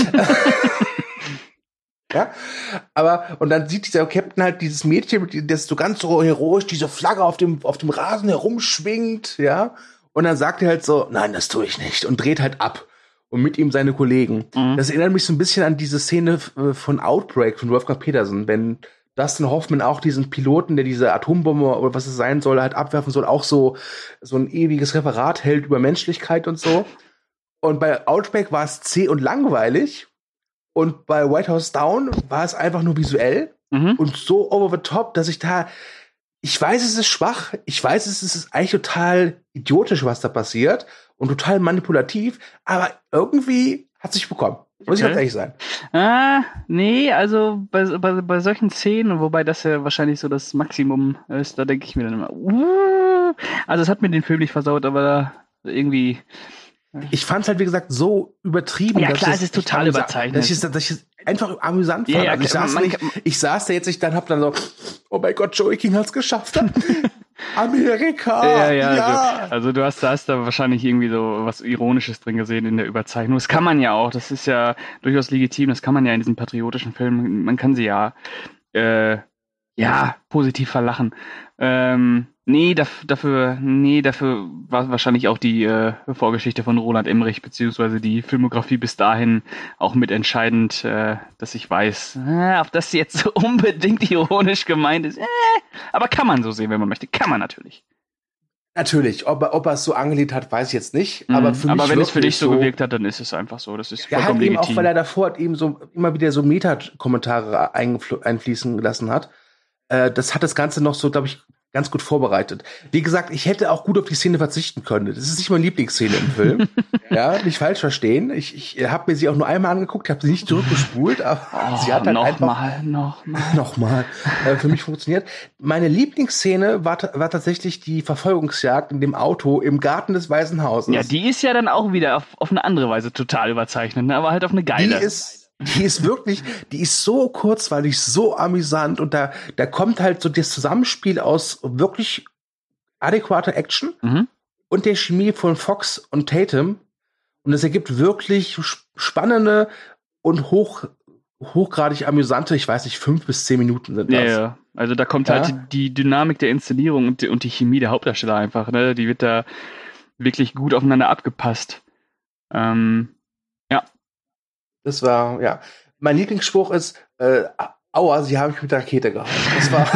Ja, aber, und dann sieht dieser Captain halt dieses Mädchen, das so ganz so heroisch diese Flagge auf dem, auf dem Rasen herumschwingt, ja, und dann sagt er halt so, nein, das tue ich nicht, und dreht halt ab. und mit ihm seine Kollegen. Mhm. Das erinnert mich so ein bisschen an diese Szene von Outbreak von Wolfgang Petersen, wenn Dustin Hoffman auch diesen Piloten, der diese Atombombe oder was es sein soll, halt abwerfen soll, auch so, so ein ewiges Referat hält über Menschlichkeit und so. Und bei Outbreak war es zäh und langweilig. Und bei White House Down war es einfach nur visuell mhm. und so over the top, dass ich da, ich weiß, es ist schwach, ich weiß, es ist eigentlich total idiotisch, was da passiert und total manipulativ, aber irgendwie hat sich bekommen. Muss ich ganz ehrlich sein. Ah, nee, also bei, bei, bei solchen Szenen, wobei das ja wahrscheinlich so das Maximum ist, da denke ich mir dann immer, uh, also es hat mir den Film nicht versaut, aber irgendwie... Ich fand's halt, wie gesagt, so übertrieben. Ja, klar, es ist total überzeichnet. Dass ich, dass ich es einfach amüsant fand. Ja, ja, also ich, saß man, nicht, ich saß da jetzt nicht, dann hab dann so, oh mein Gott, Joey King hat's geschafft. Amerika! Ja, ja, ja. Also, also du hast, da hast da wahrscheinlich irgendwie so was Ironisches drin gesehen in der Überzeichnung. Das kann man ja auch, das ist ja durchaus legitim, das kann man ja in diesen patriotischen Filmen, man kann sie ja, äh, ja, positiv verlachen. Ähm, nee, dafür, dafür, nee, dafür war wahrscheinlich auch die äh, Vorgeschichte von Roland Emmerich, beziehungsweise die Filmografie bis dahin auch mitentscheidend, äh, dass ich weiß, äh, ob das jetzt so unbedingt ironisch gemeint ist. Äh, aber kann man so sehen, wenn man möchte. Kann man natürlich. Natürlich. Ob er, ob er es so angelehnt hat, weiß ich jetzt nicht. Mhm. Aber, für mich aber wenn es für dich so gewirkt hat, dann ist es einfach so. Das ist vollkommen halt legitim. Eben auch, weil er davor hat eben so immer wieder so Meta-Kommentare einfließen gelassen hat. Das hat das Ganze noch so, glaube ich, ganz gut vorbereitet. Wie gesagt, ich hätte auch gut auf die Szene verzichten können. Das ist nicht meine Lieblingsszene im Film. Ja, nicht falsch verstehen. Ich, ich habe mir sie auch nur einmal angeguckt, habe sie nicht zurückgespult, aber oh, sie hat halt noch einfach mal, noch mal. noch mal äh, für mich funktioniert. Meine Lieblingsszene war, war tatsächlich die Verfolgungsjagd in dem Auto im Garten des Weißen Hauses. Ja, die ist ja dann auch wieder auf, auf eine andere Weise total überzeichnet, ne? Aber halt auf eine geile. Die ist Die ist wirklich, die ist so kurzweilig, so amüsant und da, da kommt halt so das Zusammenspiel aus wirklich adäquater Action mhm. und der Chemie von Fox und Tatum und es ergibt wirklich spannende und hoch, hochgradig amüsante, ich weiß nicht, fünf bis zehn Minuten sind das. Ja, ja. Also da kommt ja. halt die Dynamik der Inszenierung und die, und die Chemie der Hauptdarsteller einfach, ne? Die wird da wirklich gut aufeinander abgepasst. Ähm, ja. Das war, ja. Mein Lieblingsspruch ist, äh, aua, sie haben mich mit der Rakete gehauen. Das war,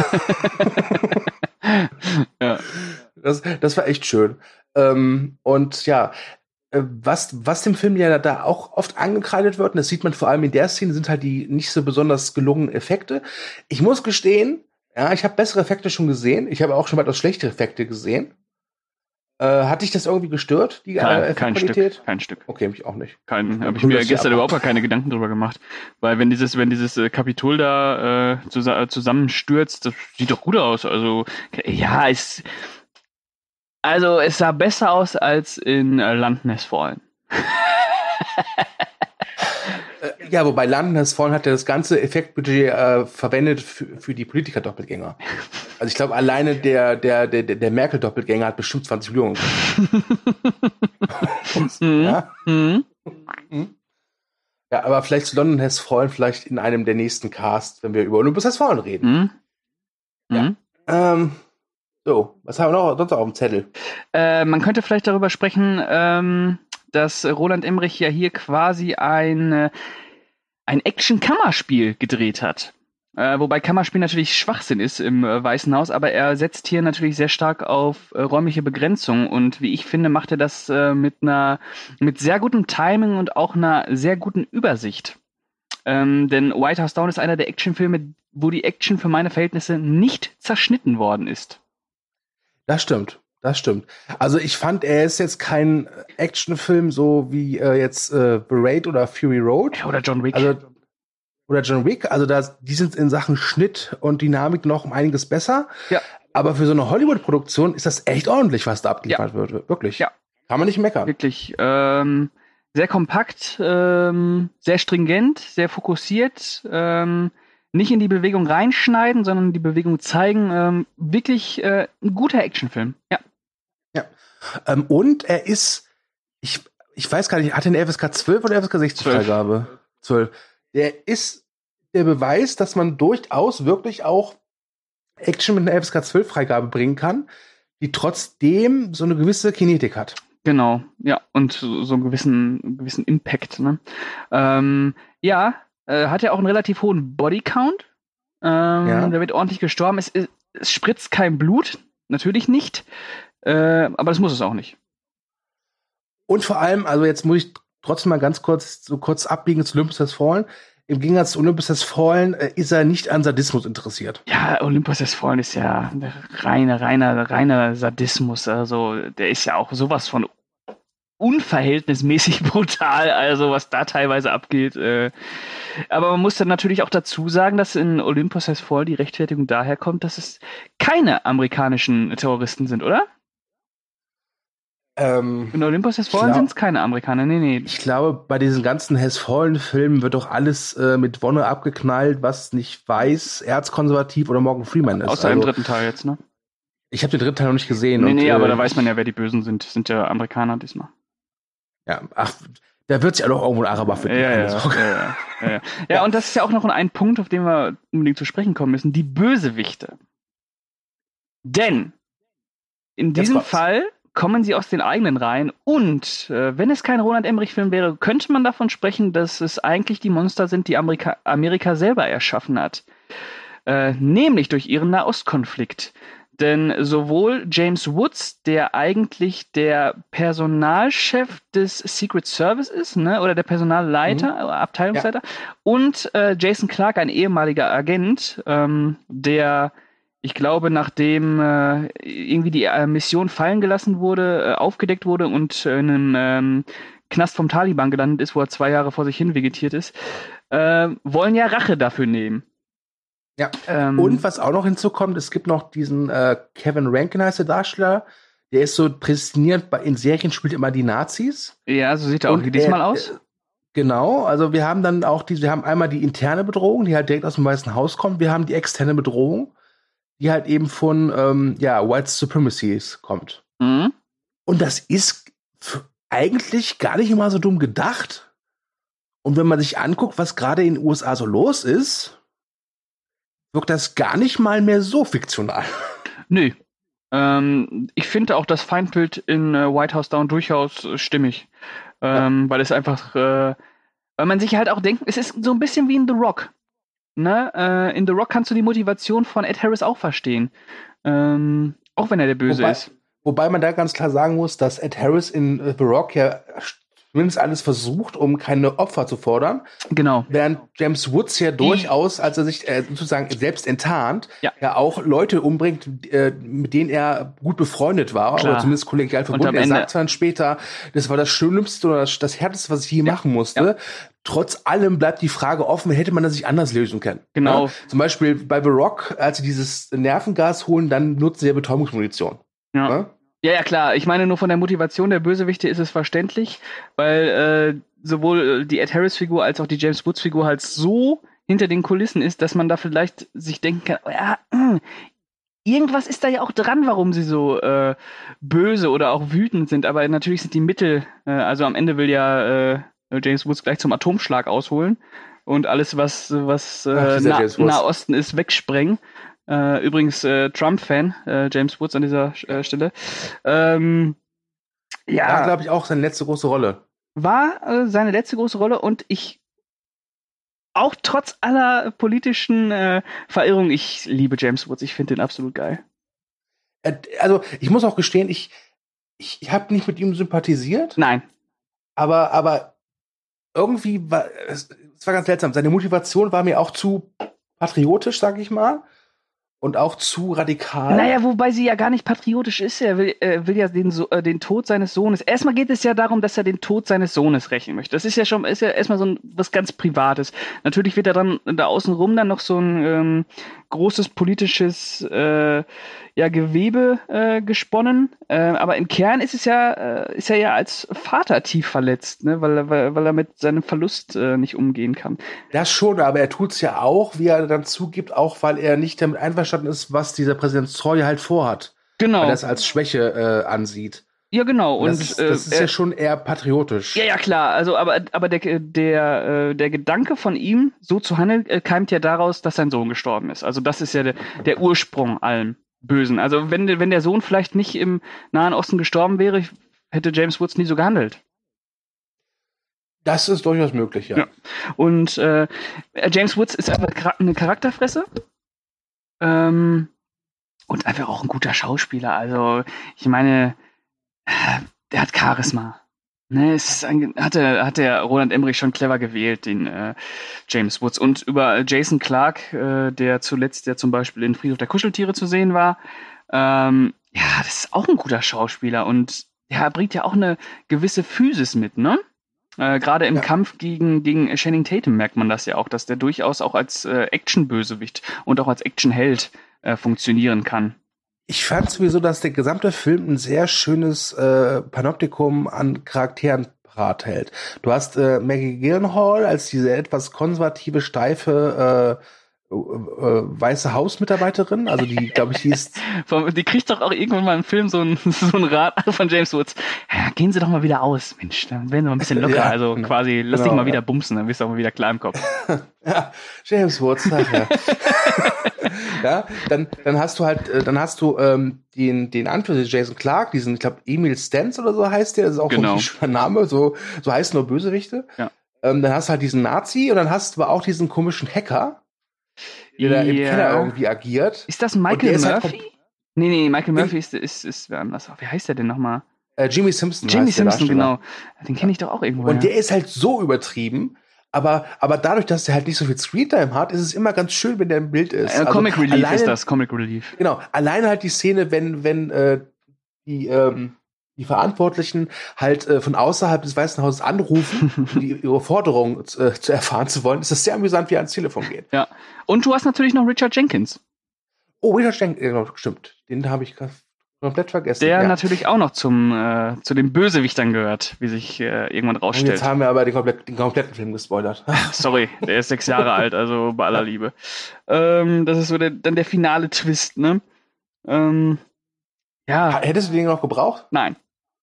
ja. das, das war echt schön. Ähm, und ja, was, was dem Film ja da auch oft angekreidet wird, und das sieht man vor allem in der Szene, sind halt die nicht so besonders gelungenen Effekte. Ich muss gestehen, ja, ich habe bessere Effekte schon gesehen. Ich habe auch schon weitaus schlechtere Effekte gesehen. Äh, hat dich das irgendwie gestört, die kein, äh, kein Stück, kein Stück. Okay, mich auch nicht. Kein, habe ich mir gestern überhaupt gar keine Gedanken drüber gemacht. Weil wenn dieses, wenn dieses äh, Kapitol da äh, zus- zusammenstürzt, das sieht doch gut aus. Also, ja, es also es sah besser aus als in äh, London Has Fallen. Ja, wobei London Has Fallen hat ja das ganze Effektbudget äh, verwendet für, für die Politiker-Doppelgänger. Also ich glaube, alleine der, der, der, der Merkel-Doppelgänger hat bestimmt zwanzig Millionen. Ja? Mhm. Ja, aber vielleicht zu London Has Fallen, vielleicht in einem der nächsten Casts, wenn wir über Olympus Has Fallen reden. Mhm. Ja. Mhm. Ähm, so, was haben wir noch sonst auf dem Zettel? Äh, man könnte vielleicht darüber sprechen, ähm, dass Roland Emmerich ja hier quasi ein, äh, ein Action-Kammerspiel gedreht hat. Äh, wobei Kammerspiel natürlich Schwachsinn ist im äh, Weißen Haus, aber er setzt hier natürlich sehr stark auf äh, räumliche Begrenzung und wie ich finde, macht er das äh, mit einer mit sehr gutem Timing und auch einer sehr guten Übersicht. Ähm, denn White House Down ist einer der Actionfilme, wo die Action für meine Verhältnisse nicht zerschnitten worden ist. Das stimmt. Das stimmt. Also ich fand, er ist jetzt kein Actionfilm, so wie äh, jetzt äh, The Raid oder Fury Road. Oder John Wick. Also, oder John Wick. Also das, die sind in Sachen Schnitt und Dynamik noch um einiges besser. Ja. Aber für so eine Hollywood-Produktion ist das echt ordentlich, was da abgeliefert ja. wird. Wirklich. Ja. Kann man nicht meckern. Wirklich. Ähm, sehr kompakt, ähm, sehr stringent, sehr fokussiert. Ähm, nicht in die Bewegung reinschneiden, sondern die Bewegung zeigen. Ähm, wirklich äh, ein guter Actionfilm. Ja. Ja. Ähm, und er ist, ich, ich weiß gar nicht, hat er eine F S K zwölf oder F S K sechzehn Freigabe? zwölf. Der ist der Beweis, dass man durchaus wirklich auch Action mit einer F S K zwölf Freigabe bringen kann, die trotzdem so eine gewisse Kinetik hat. Genau, ja, und so, so einen gewissen, gewissen Impact, ne? Ähm, ja, äh, hat ja auch einen relativ hohen Bodycount. Ähm, Ja. der wird ordentlich gestorben. Es, es, es spritzt kein Blut, natürlich nicht. Äh, aber das muss es auch nicht. Und vor allem, also jetzt muss ich trotzdem mal ganz kurz, so kurz abbiegen zu Olympus Has Fallen. Im Gegensatz zu Olympus Has Fallen äh, ist er nicht an Sadismus interessiert. Ja, Olympus Has Fallen ist ja reiner, reiner, reiner Sadismus. Also, der ist ja auch sowas von unverhältnismäßig brutal, also was da teilweise abgeht. Äh. Aber man muss dann natürlich auch dazu sagen, dass in Olympus Has Fallen die Rechtfertigung daher kommt, dass es keine amerikanischen Terroristen sind, oder? Ähm, In Olympus Has Fallen sind es keine Amerikaner, nee, nee. Ich glaube, bei diesen ganzen Has Fallen-Filmen wird doch alles äh, mit Wonne abgeknallt, was nicht weiß, erzkonservativ oder Morgan Freeman ist. Außer also, im dritten Teil jetzt, ne? Ich habe den dritten Teil noch nicht gesehen. Nee, und, nee, aber äh, da weiß man ja, wer die Bösen sind. Das sind ja Amerikaner diesmal. Ja, ach, da wird sich ja doch irgendwo ein Araber finden. Ja, ja, ja, ja, ja, ja. Ja, und das ist ja auch noch ein Punkt, auf den wir unbedingt zu sprechen kommen müssen. Die Bösewichte. Denn in diesem Fall kommen sie aus den eigenen Reihen und äh, wenn es kein Roland Emmerich-Film wäre, könnte man davon sprechen, dass es eigentlich die Monster sind, die Amerika, Amerika selber erschaffen hat. Äh, nämlich durch ihren Nahostkonflikt. Denn sowohl James Woods, der eigentlich der Personalchef des Secret Service ist, ne, oder der Personalleiter, mhm. Abteilungsleiter, ja. und äh, Jason Clarke, ein ehemaliger Agent, ähm, der, ich glaube, nachdem äh, irgendwie die äh, Mission fallen gelassen wurde, äh, aufgedeckt wurde und in einem ähm, Knast vom Taliban gelandet ist, wo er zwei Jahre vor sich hin vegetiert ist, äh, wollen ja Rache dafür nehmen. Ja, ähm, und was auch noch hinzukommt, es gibt noch diesen äh, Kevin Rankin heißt der Darsteller, der ist so prädestiniert, bei, in Serien spielt immer die Nazis. Ja, so sieht er auch wie diesmal aus. Äh, genau, also wir haben dann auch die, wir haben einmal die interne Bedrohung, die halt direkt aus dem Weißen Haus kommt, wir haben die externe Bedrohung, die halt eben von ähm, ja, White Supremacies kommt. Mhm. Und das ist eigentlich gar nicht immer so dumm gedacht. Und wenn man sich anguckt, was gerade in den U S A so los ist, wirkt das gar nicht mal mehr so fiktional. Nö. Ähm, ich finde auch das Feindbild in äh, White House Down durchaus äh, stimmig. Ähm, ja. Weil es einfach, äh, weil man sich halt auch denkt, es ist so ein bisschen wie in The Rock. Ne? Äh, in The Rock kannst du die Motivation von Ed Harris auch verstehen. Ähm, auch wenn er der Böse wobei, ist. Wobei man da ganz klar sagen muss, dass Ed Harris in äh, The Rock ja zumindest alles versucht, um keine Opfer zu fordern. Genau. Während James Woods ja durchaus, als er sich äh, sozusagen selbst enttarnt, ja. ja auch Leute umbringt, äh, mit denen er gut befreundet war, Klar. oder zumindest kollegial verbunden. Er sagt dann später, das war das Schlimmste oder das, das Härteste, was ich je ja. machen musste. Ja. Trotz allem bleibt die Frage offen, hätte man das sich anders lösen können. Genau. Ja? Zum Beispiel bei The Rock, als sie dieses Nervengas holen, dann nutzen sie ja Betäubungsmunition. Ja. ja? Ja, ja, klar. Ich meine, nur von der Motivation der Bösewichte ist es verständlich, weil äh, sowohl die Ed Harris-Figur als auch die James Woods-Figur halt so hinter den Kulissen ist, dass man da vielleicht sich denken kann, ja, mh, irgendwas ist da ja auch dran, warum sie so äh, böse oder auch wütend sind. Aber natürlich sind die Mittel, äh, also am Ende will ja äh, James Woods gleich zum Atomschlag ausholen und alles, was, was äh, Ach, Na- Nahosten ist, wegsprengen. Uh, übrigens äh, Trump-Fan, äh, James Woods an dieser äh, Stelle. Ähm, ja, war, glaube ich, auch seine letzte große Rolle. War äh, seine letzte große Rolle und ich auch trotz aller politischen äh, Verirrungen, ich liebe James Woods, ich finde den absolut geil. Äh, also, ich muss auch gestehen, ich, ich, ich habe nicht mit ihm sympathisiert. Nein. Aber, aber irgendwie war es, es war ganz seltsam. Seine Motivation war mir auch zu patriotisch, sag ich mal. Und auch zu radikal. Naja, wobei sie ja gar nicht patriotisch ist. Er will, äh, will ja den, so äh, den Tod seines Sohnes. Erstmal geht es ja darum, dass er den Tod seines Sohnes rächen möchte. Das ist ja schon, ist ja erstmal so ein, was ganz Privates. Natürlich wird da dann da außenrum dann noch so ein ähm, großes politisches äh, ja, Gewebe äh, gesponnen. Äh, aber im Kern ist es ja, äh, ist er ja als Vater tief verletzt, ne? weil, weil, weil er mit seinem Verlust äh, nicht umgehen kann. Das schon, aber er tut's ja auch, wie er dann zugibt, auch weil er nicht damit einverstanden ist, was dieser Präsident Troy halt vorhat. Genau. Weil er das als Schwäche äh, ansieht. Ja, genau. Und das ist, das ist äh, ja schon eher patriotisch. Ja, ja, klar. Also, aber, aber der, der, der Gedanke von ihm, so zu handeln, keimt ja daraus, dass sein Sohn gestorben ist. Also, das ist ja der, der Ursprung allem Bösen. Also, wenn, wenn der Sohn vielleicht nicht im Nahen Osten gestorben wäre, hätte James Woods nie so gehandelt. Das ist durchaus möglich, ja. ja. Und äh, James Woods ist einfach eine Charakterfresse. Ähm, und einfach auch ein guter Schauspieler. Also, ich meine, der hat Charisma. Ne, es ist ein, hatte, hat der Roland Emmerich schon clever gewählt, den äh, James Woods. Und über Jason Clarke, äh, der zuletzt ja zum Beispiel in Friedhof der Kuscheltiere zu sehen war, ähm, ja, das ist auch ein guter Schauspieler. Und er bringt ja auch eine gewisse Physis mit, ne? Äh, Gerade im ja. Kampf gegen, gegen Channing Tatum merkt man das ja auch, dass der durchaus auch als äh, Action-Bösewicht und auch als Action-Held äh, funktionieren kann. Ich fand sowieso, dass der gesamte Film ein sehr schönes äh, Panoptikum an Charakteren parat hält. Du hast äh, Maggie Gyllenhaal als diese etwas konservative, steife äh, äh, weiße Hausmitarbeiterin, also die, glaube ich, hieß... Die kriegt doch auch irgendwann mal im Film so ein, so ein Rat von James Woods. Ja, gehen Sie doch mal wieder aus, Mensch, dann werden Sie mal ein bisschen locker, ja, also genau, quasi, lass genau, dich mal ja. wieder bumsen, dann bist du auch mal wieder klar im Kopf. Ja, James Woods, ach ja. Ja, dann, dann hast du halt, dann hast du ähm, den, den Anführer, Jason Clarke, diesen, ich glaube, Emil Stentz oder so heißt der, das ist auch genau. so ein schöner Name, so, so heißen nur Bösewichte. Ja. Ähm, dann hast du halt diesen Nazi und dann hast du aber auch diesen komischen Hacker, der ja. da im Keller irgendwie agiert. Ist das Michael Murphy? Halt nee, nee, Michael Murphy ist, ist, ist wer anders. Wie heißt der denn nochmal? Äh, Jimmy Simpson. Jimmy Simpson, genau. Den kenne ich doch auch irgendwo. Und ja. der ist halt so übertrieben, aber, aber dadurch, dass der halt nicht so viel Screentime hat, ist es immer ganz schön, wenn der im Bild ist. Äh, also Comic Relief alleine, ist das, Comic Relief. Genau, alleine halt die Szene, wenn, wenn äh, die, ähm, die Verantwortlichen halt äh, von außerhalb des Weißen Hauses anrufen, um die, ihre Forderung äh, zu erfahren zu wollen, ist das sehr amüsant, wie er ans Telefon geht. Ja, und du hast natürlich noch Richard Jenkins. Oh, Richard Jenkins, ja, stimmt. Den habe ich komplett vergessen. Der ja. natürlich auch noch zum äh, zu den Bösewichtern gehört, wie sich äh, irgendwann rausstellt. Und jetzt haben wir aber den, komplett, den kompletten Film gespoilert. Sorry, der ist sechs Jahre alt, also bei aller Liebe. Ähm, das ist so der, dann der finale Twist, ne? Ähm, ja. Hättest du den noch gebraucht? Nein.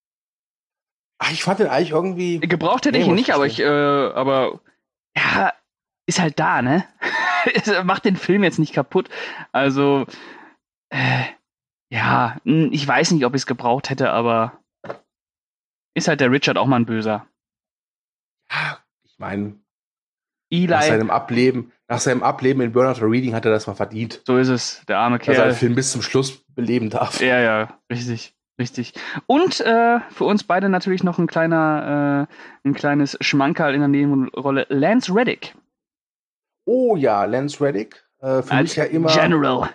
Ach, ich fand den eigentlich irgendwie... Gebraucht hätte ich ihn nicht, aber ich, äh, aber ja, ist halt da, ne? Macht den Film jetzt nicht kaputt. Also, äh, ja, ich weiß nicht, ob ich es gebraucht hätte, aber ist halt der Richard auch mal ein Böser. Ja, ich meine, Eli, nach seinem Ableben, nach seinem Ableben in Burnout Reading hat er das mal verdient. So ist es, der arme Kerl. Dass er den Film bis zum Schluss beleben darf. Ja, ja, richtig. Richtig. Und äh, für uns beide natürlich noch ein kleiner, äh, ein kleines Schmankerl in der Nebenrolle. Lance Reddick. Oh ja, Lance Reddick. Äh, für Als mich ja immer. General.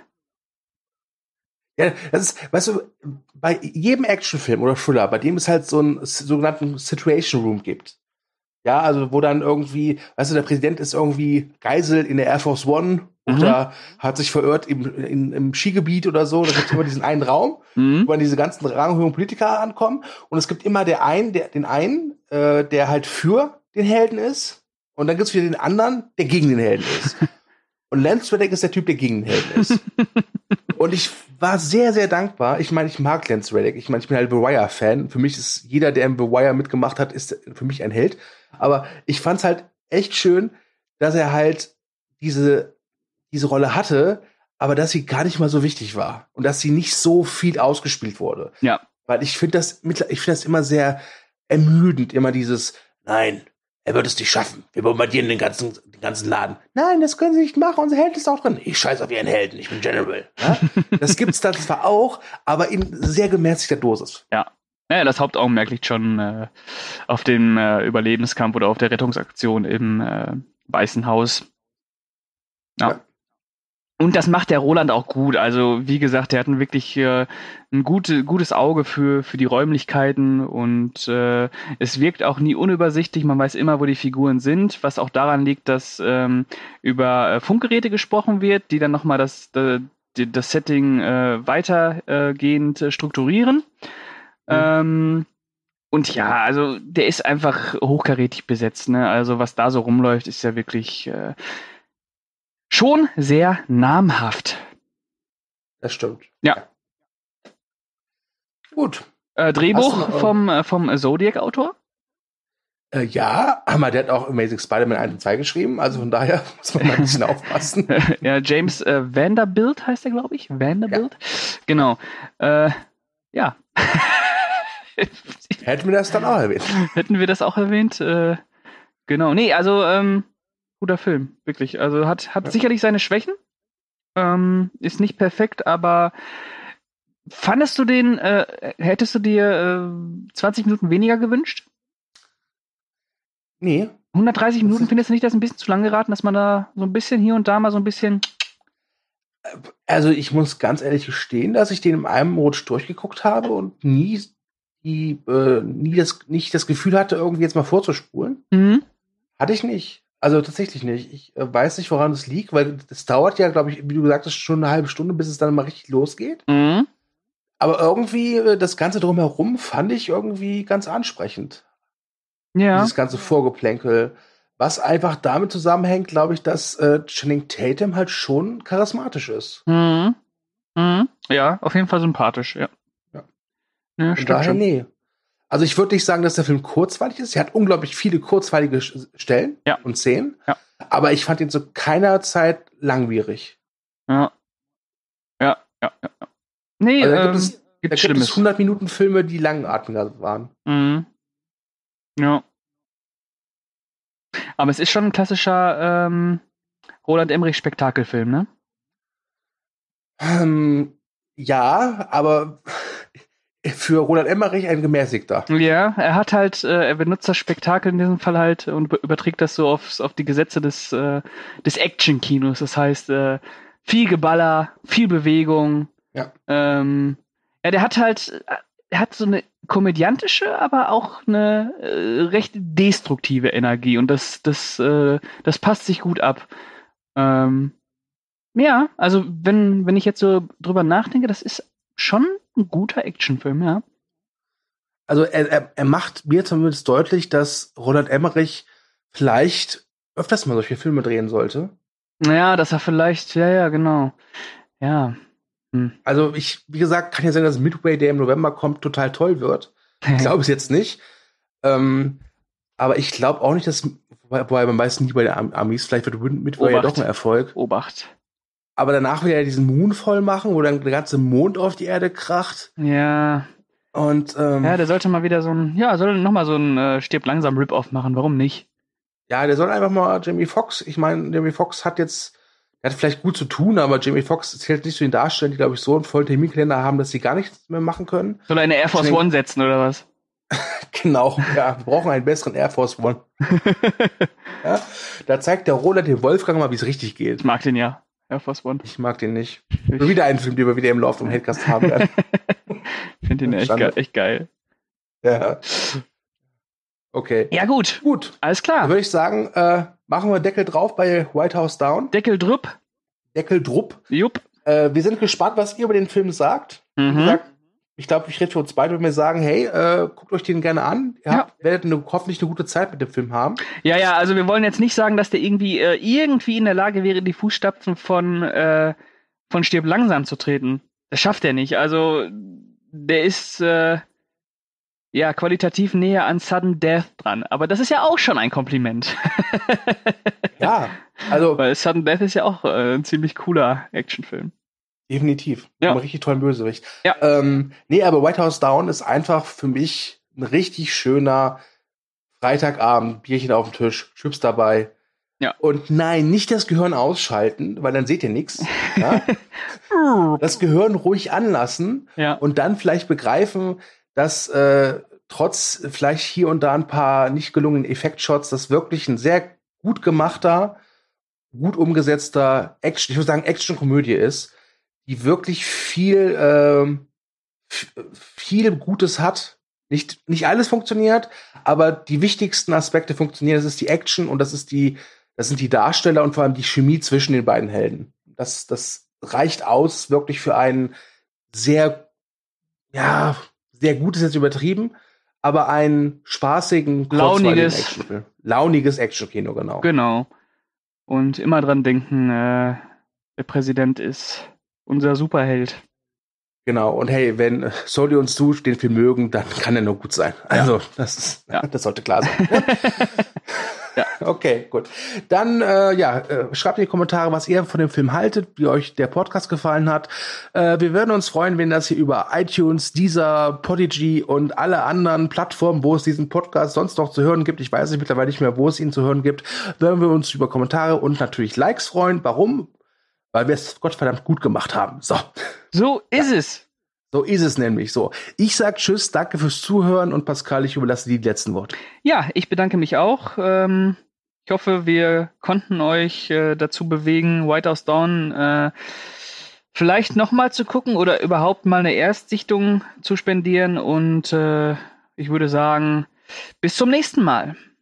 Ja, das ist, weißt du, bei jedem Actionfilm oder Thriller, bei dem es halt so einen sogenannten Situation Room gibt. Ja, also wo dann irgendwie, weißt du, der Präsident ist irgendwie Geisel in der Air Force One oder mhm. hat sich verirrt im, in, im Skigebiet oder so. Da gibt es immer diesen einen Raum, mhm. wo dann diese ganzen ranghohen Politiker ankommen. Und es gibt immer der einen, der, den einen, äh, der halt für den Helden ist. Und dann gibt es wieder den anderen, der gegen den Helden ist. Und Lance Reddick ist der Typ, der gegen den Helden ist. Und ich war sehr, sehr dankbar. Ich meine, ich mag Lance Reddick. Ich meine, ich bin halt The Wire-Fan. Für mich ist jeder, der im The Wire mitgemacht hat, ist für mich ein Held. Aber ich fand's halt echt schön, dass er halt diese, diese Rolle hatte, aber dass sie gar nicht mal so wichtig war. Und dass sie nicht so viel ausgespielt wurde. Ja. Weil ich finde das, ich finde das immer sehr ermüdend, immer dieses, nein, er wird es nicht schaffen. Wir bombardieren den ganzen, den ganzen Laden. Nein, das können sie nicht machen. Unser Held ist auch drin. Ich scheiß auf ihren Helden. Ich bin General. Ja? Das gibt's da zwar auch, aber in sehr gemäßigter Dosis. Ja. Naja, das Hauptaugenmerk liegt schon äh, auf dem äh, Überlebenskampf oder auf der Rettungsaktion im äh, Weißen Haus. Ja. ja. Und das macht der Roland auch gut. Also, wie gesagt, der hat ein wirklich äh, ein gute, gutes Auge für, für die Räumlichkeiten und äh, es wirkt auch nie unübersichtlich. Man weiß immer, wo die Figuren sind, was auch daran liegt, dass ähm, über äh, Funkgeräte gesprochen wird, die dann nochmal das, das, das Setting äh, weitergehend äh, strukturieren. Mhm. Ähm, und ja, also der ist einfach hochkarätig besetzt. Ne? Also, was da so rumläuft, ist ja wirklich äh, schon sehr namhaft. Das stimmt. Ja. Gut. Äh, Drehbuch noch, vom, äh, vom Zodiac-Autor? Äh, ja, aber der hat auch Amazing Spider-Man eins und zwei geschrieben, also von daher muss man mal ein bisschen aufpassen. Ja, James äh, Vanderbilt heißt er, glaube ich. Vanderbilt? Ja. Genau. Äh, ja. Hätten wir das dann auch erwähnt. Hätten wir das auch erwähnt? Äh, genau. Nee, also ähm, guter Film, wirklich. Also hat, hat ja. sicherlich seine Schwächen. Ähm, ist nicht perfekt, aber fandest du den, äh, hättest du dir äh, zwanzig Minuten weniger gewünscht? Nee. hundertdreißig Minuten, findest du nicht, das ein bisschen zu lang geraten, dass man da so ein bisschen hier und da mal so ein bisschen... Also ich muss ganz ehrlich gestehen, dass ich den in einem Rutsch durchgeguckt habe und nie, die, äh, nie das, nicht das Gefühl hatte, irgendwie jetzt mal vorzuspulen. Mhm. Hatte ich nicht. Also tatsächlich nicht. Ich äh, weiß nicht, woran es liegt, weil es dauert ja, glaube ich, wie du gesagt hast, schon eine halbe Stunde, bis es dann mal richtig losgeht. Mhm. Aber irgendwie, äh, das Ganze drumherum fand ich irgendwie ganz ansprechend. Ja. Dieses ganze Vorgeplänkel. Was einfach damit zusammenhängt, glaube ich, dass äh, Channing Tatum halt schon charismatisch ist. Mhm. Mhm. Ja, auf jeden Fall sympathisch, ja. Ja. Ja, Von daher, schon. nee. Also ich würde nicht sagen, dass der Film kurzweilig ist. Er hat unglaublich viele kurzweilige Stellen ja. und Szenen. Ja. Aber ich fand ihn zu keiner Zeit langwierig. Ja. Ja, ja, ja. Nee, also da ähm, gibt es, da gibt es hundert Minuten Filme, die langatmiger waren. Mhm. Ja. Aber es ist schon ein klassischer ähm, Roland Emmerich-Spektakelfilm, ne? Ähm, ja, aber für Roland Emmerich ein gemäßigter. Ja, er hat halt, äh, er benutzt das Spektakel in diesem Fall halt und überträgt das so aufs, auf die Gesetze des, äh, des Action-Kinos. Das heißt, äh, viel Geballer, viel Bewegung. Ja. Ähm, ja, der hat halt, er hat so eine komödiantische, aber auch eine äh, recht destruktive Energie und das, das, äh, das passt sich gut ab. Ähm, ja, also wenn, wenn ich jetzt so drüber nachdenke, das ist schon ein guter Actionfilm, ja. Also er, er, er macht mir zumindest deutlich, dass Roland Emmerich vielleicht öfters mal solche Filme drehen sollte. Ja, dass er vielleicht, ja, ja, genau. Ja. Hm. Also ich, wie gesagt, kann ja sein, dass Midway, der im November kommt, total toll wird. Ich glaube es jetzt nicht. Ähm, aber ich glaube auch nicht, dass, wobei man weiß nie bei den Amis, vielleicht wird Midway ja doch ein Erfolg. Obacht. Aber danach will er diesen Moon voll machen, wo dann der ganze Mond auf die Erde kracht. Ja. Und, ähm, ja, der sollte mal wieder so ein, ja, soll noch mal so ein äh, Stirb langsam Rip-Off machen, warum nicht? Ja, der soll einfach mal Jamie Foxx, ich meine, Jamie Foxx hat jetzt, der hat vielleicht gut zu tun, aber Jamie Foxx zählt nicht zu den Darstellern, die, glaube ich, so einen vollen Terminkalender haben, dass sie gar nichts mehr machen können. Soll er eine Air Force Deswegen, One setzen, oder was? Genau, ja, wir brauchen einen besseren Air Force One. Ja, da zeigt der Roland dem Wolfgang mal, wie es richtig geht. Ich mag den ja, Air Force One. Ich mag den nicht. Ich wieder einen Film, den wir wieder im Lauf vom Headcast haben werden. Ich finde den echt geil, echt geil. Ja. Okay. Ja, gut. Gut. Alles klar. Dann würde ich sagen, äh, machen wir Deckel drauf bei White House Down. Deckel drupp. Deckel drupp. Jupp. Äh, wir sind gespannt, was ihr über den Film sagt. Mhm. Wie gesagt, ich glaube, ich rede für uns beide, wenn wir sagen, hey, äh, guckt euch den gerne an. Ihr ja. habt, werdet eine, hoffentlich eine gute Zeit mit dem Film haben. Ja, ja, also wir wollen jetzt nicht sagen, dass der irgendwie äh, irgendwie in der Lage wäre, die Fußstapfen von, äh, von Stirb langsam zu treten. Das schafft er nicht. Also der ist äh, ja qualitativ näher an Sudden Death dran. Aber das ist ja auch schon ein Kompliment. Ja, also weil Sudden Death ist ja auch äh, ein ziemlich cooler Actionfilm. Definitiv. Ja. Ein richtig tollen Bösewicht. Ja. Ähm, nee, aber White House Down ist einfach für mich ein richtig schöner Freitagabend, Bierchen auf dem Tisch, Chips dabei. Ja. Und nein, nicht das Gehirn ausschalten, weil dann seht ihr nichts. Ja? Das Gehirn ruhig anlassen ja. und dann vielleicht begreifen, dass äh, trotz vielleicht hier und da ein paar nicht gelungenen Effektshots, das wirklich ein sehr gut gemachter, gut umgesetzter Action, ich würde sagen Action-Komödie ist, die wirklich viel, ähm, viel Gutes hat. Nicht, nicht alles funktioniert, aber die wichtigsten Aspekte funktionieren. Das ist die Action und das ist die, das sind die Darsteller und vor allem die Chemie zwischen den beiden Helden. Das, das reicht aus wirklich für einen sehr, ja, sehr gut ist jetzt übertrieben, aber einen spaßigen, launiges Actionfilm. Launiges Action-Kino, genau. Genau. Und immer dran denken, äh, der Präsident ist unser Superheld. Genau, und hey, wenn Soli und Stu den Film mögen, dann kann er nur gut sein. Also, ja. das ist, ja. das sollte klar sein. Ja. Okay, gut. Dann äh, ja, äh, schreibt in die Kommentare, was ihr von dem Film haltet, wie euch der Podcast gefallen hat. Äh, wir würden uns freuen, wenn das hier über iTunes, Deezer, Podigy und alle anderen Plattformen, wo es diesen Podcast sonst noch zu hören gibt, ich weiß nicht mittlerweile nicht mehr, wo es ihn zu hören gibt, würden wir uns über Kommentare und natürlich Likes freuen. Warum? Weil wir es gottverdammt gut gemacht haben. So. So ist ja. es. So ist es nämlich so. Ich sag Tschüss, danke fürs Zuhören und Pascal, ich überlasse dir die letzten Worte. Ja, ich bedanke mich auch. Ähm, ich hoffe, wir konnten euch äh, dazu bewegen, White House Down äh, vielleicht nochmal zu gucken oder überhaupt mal eine Erstsichtung zu spendieren. Und äh, ich würde sagen, bis zum nächsten Mal.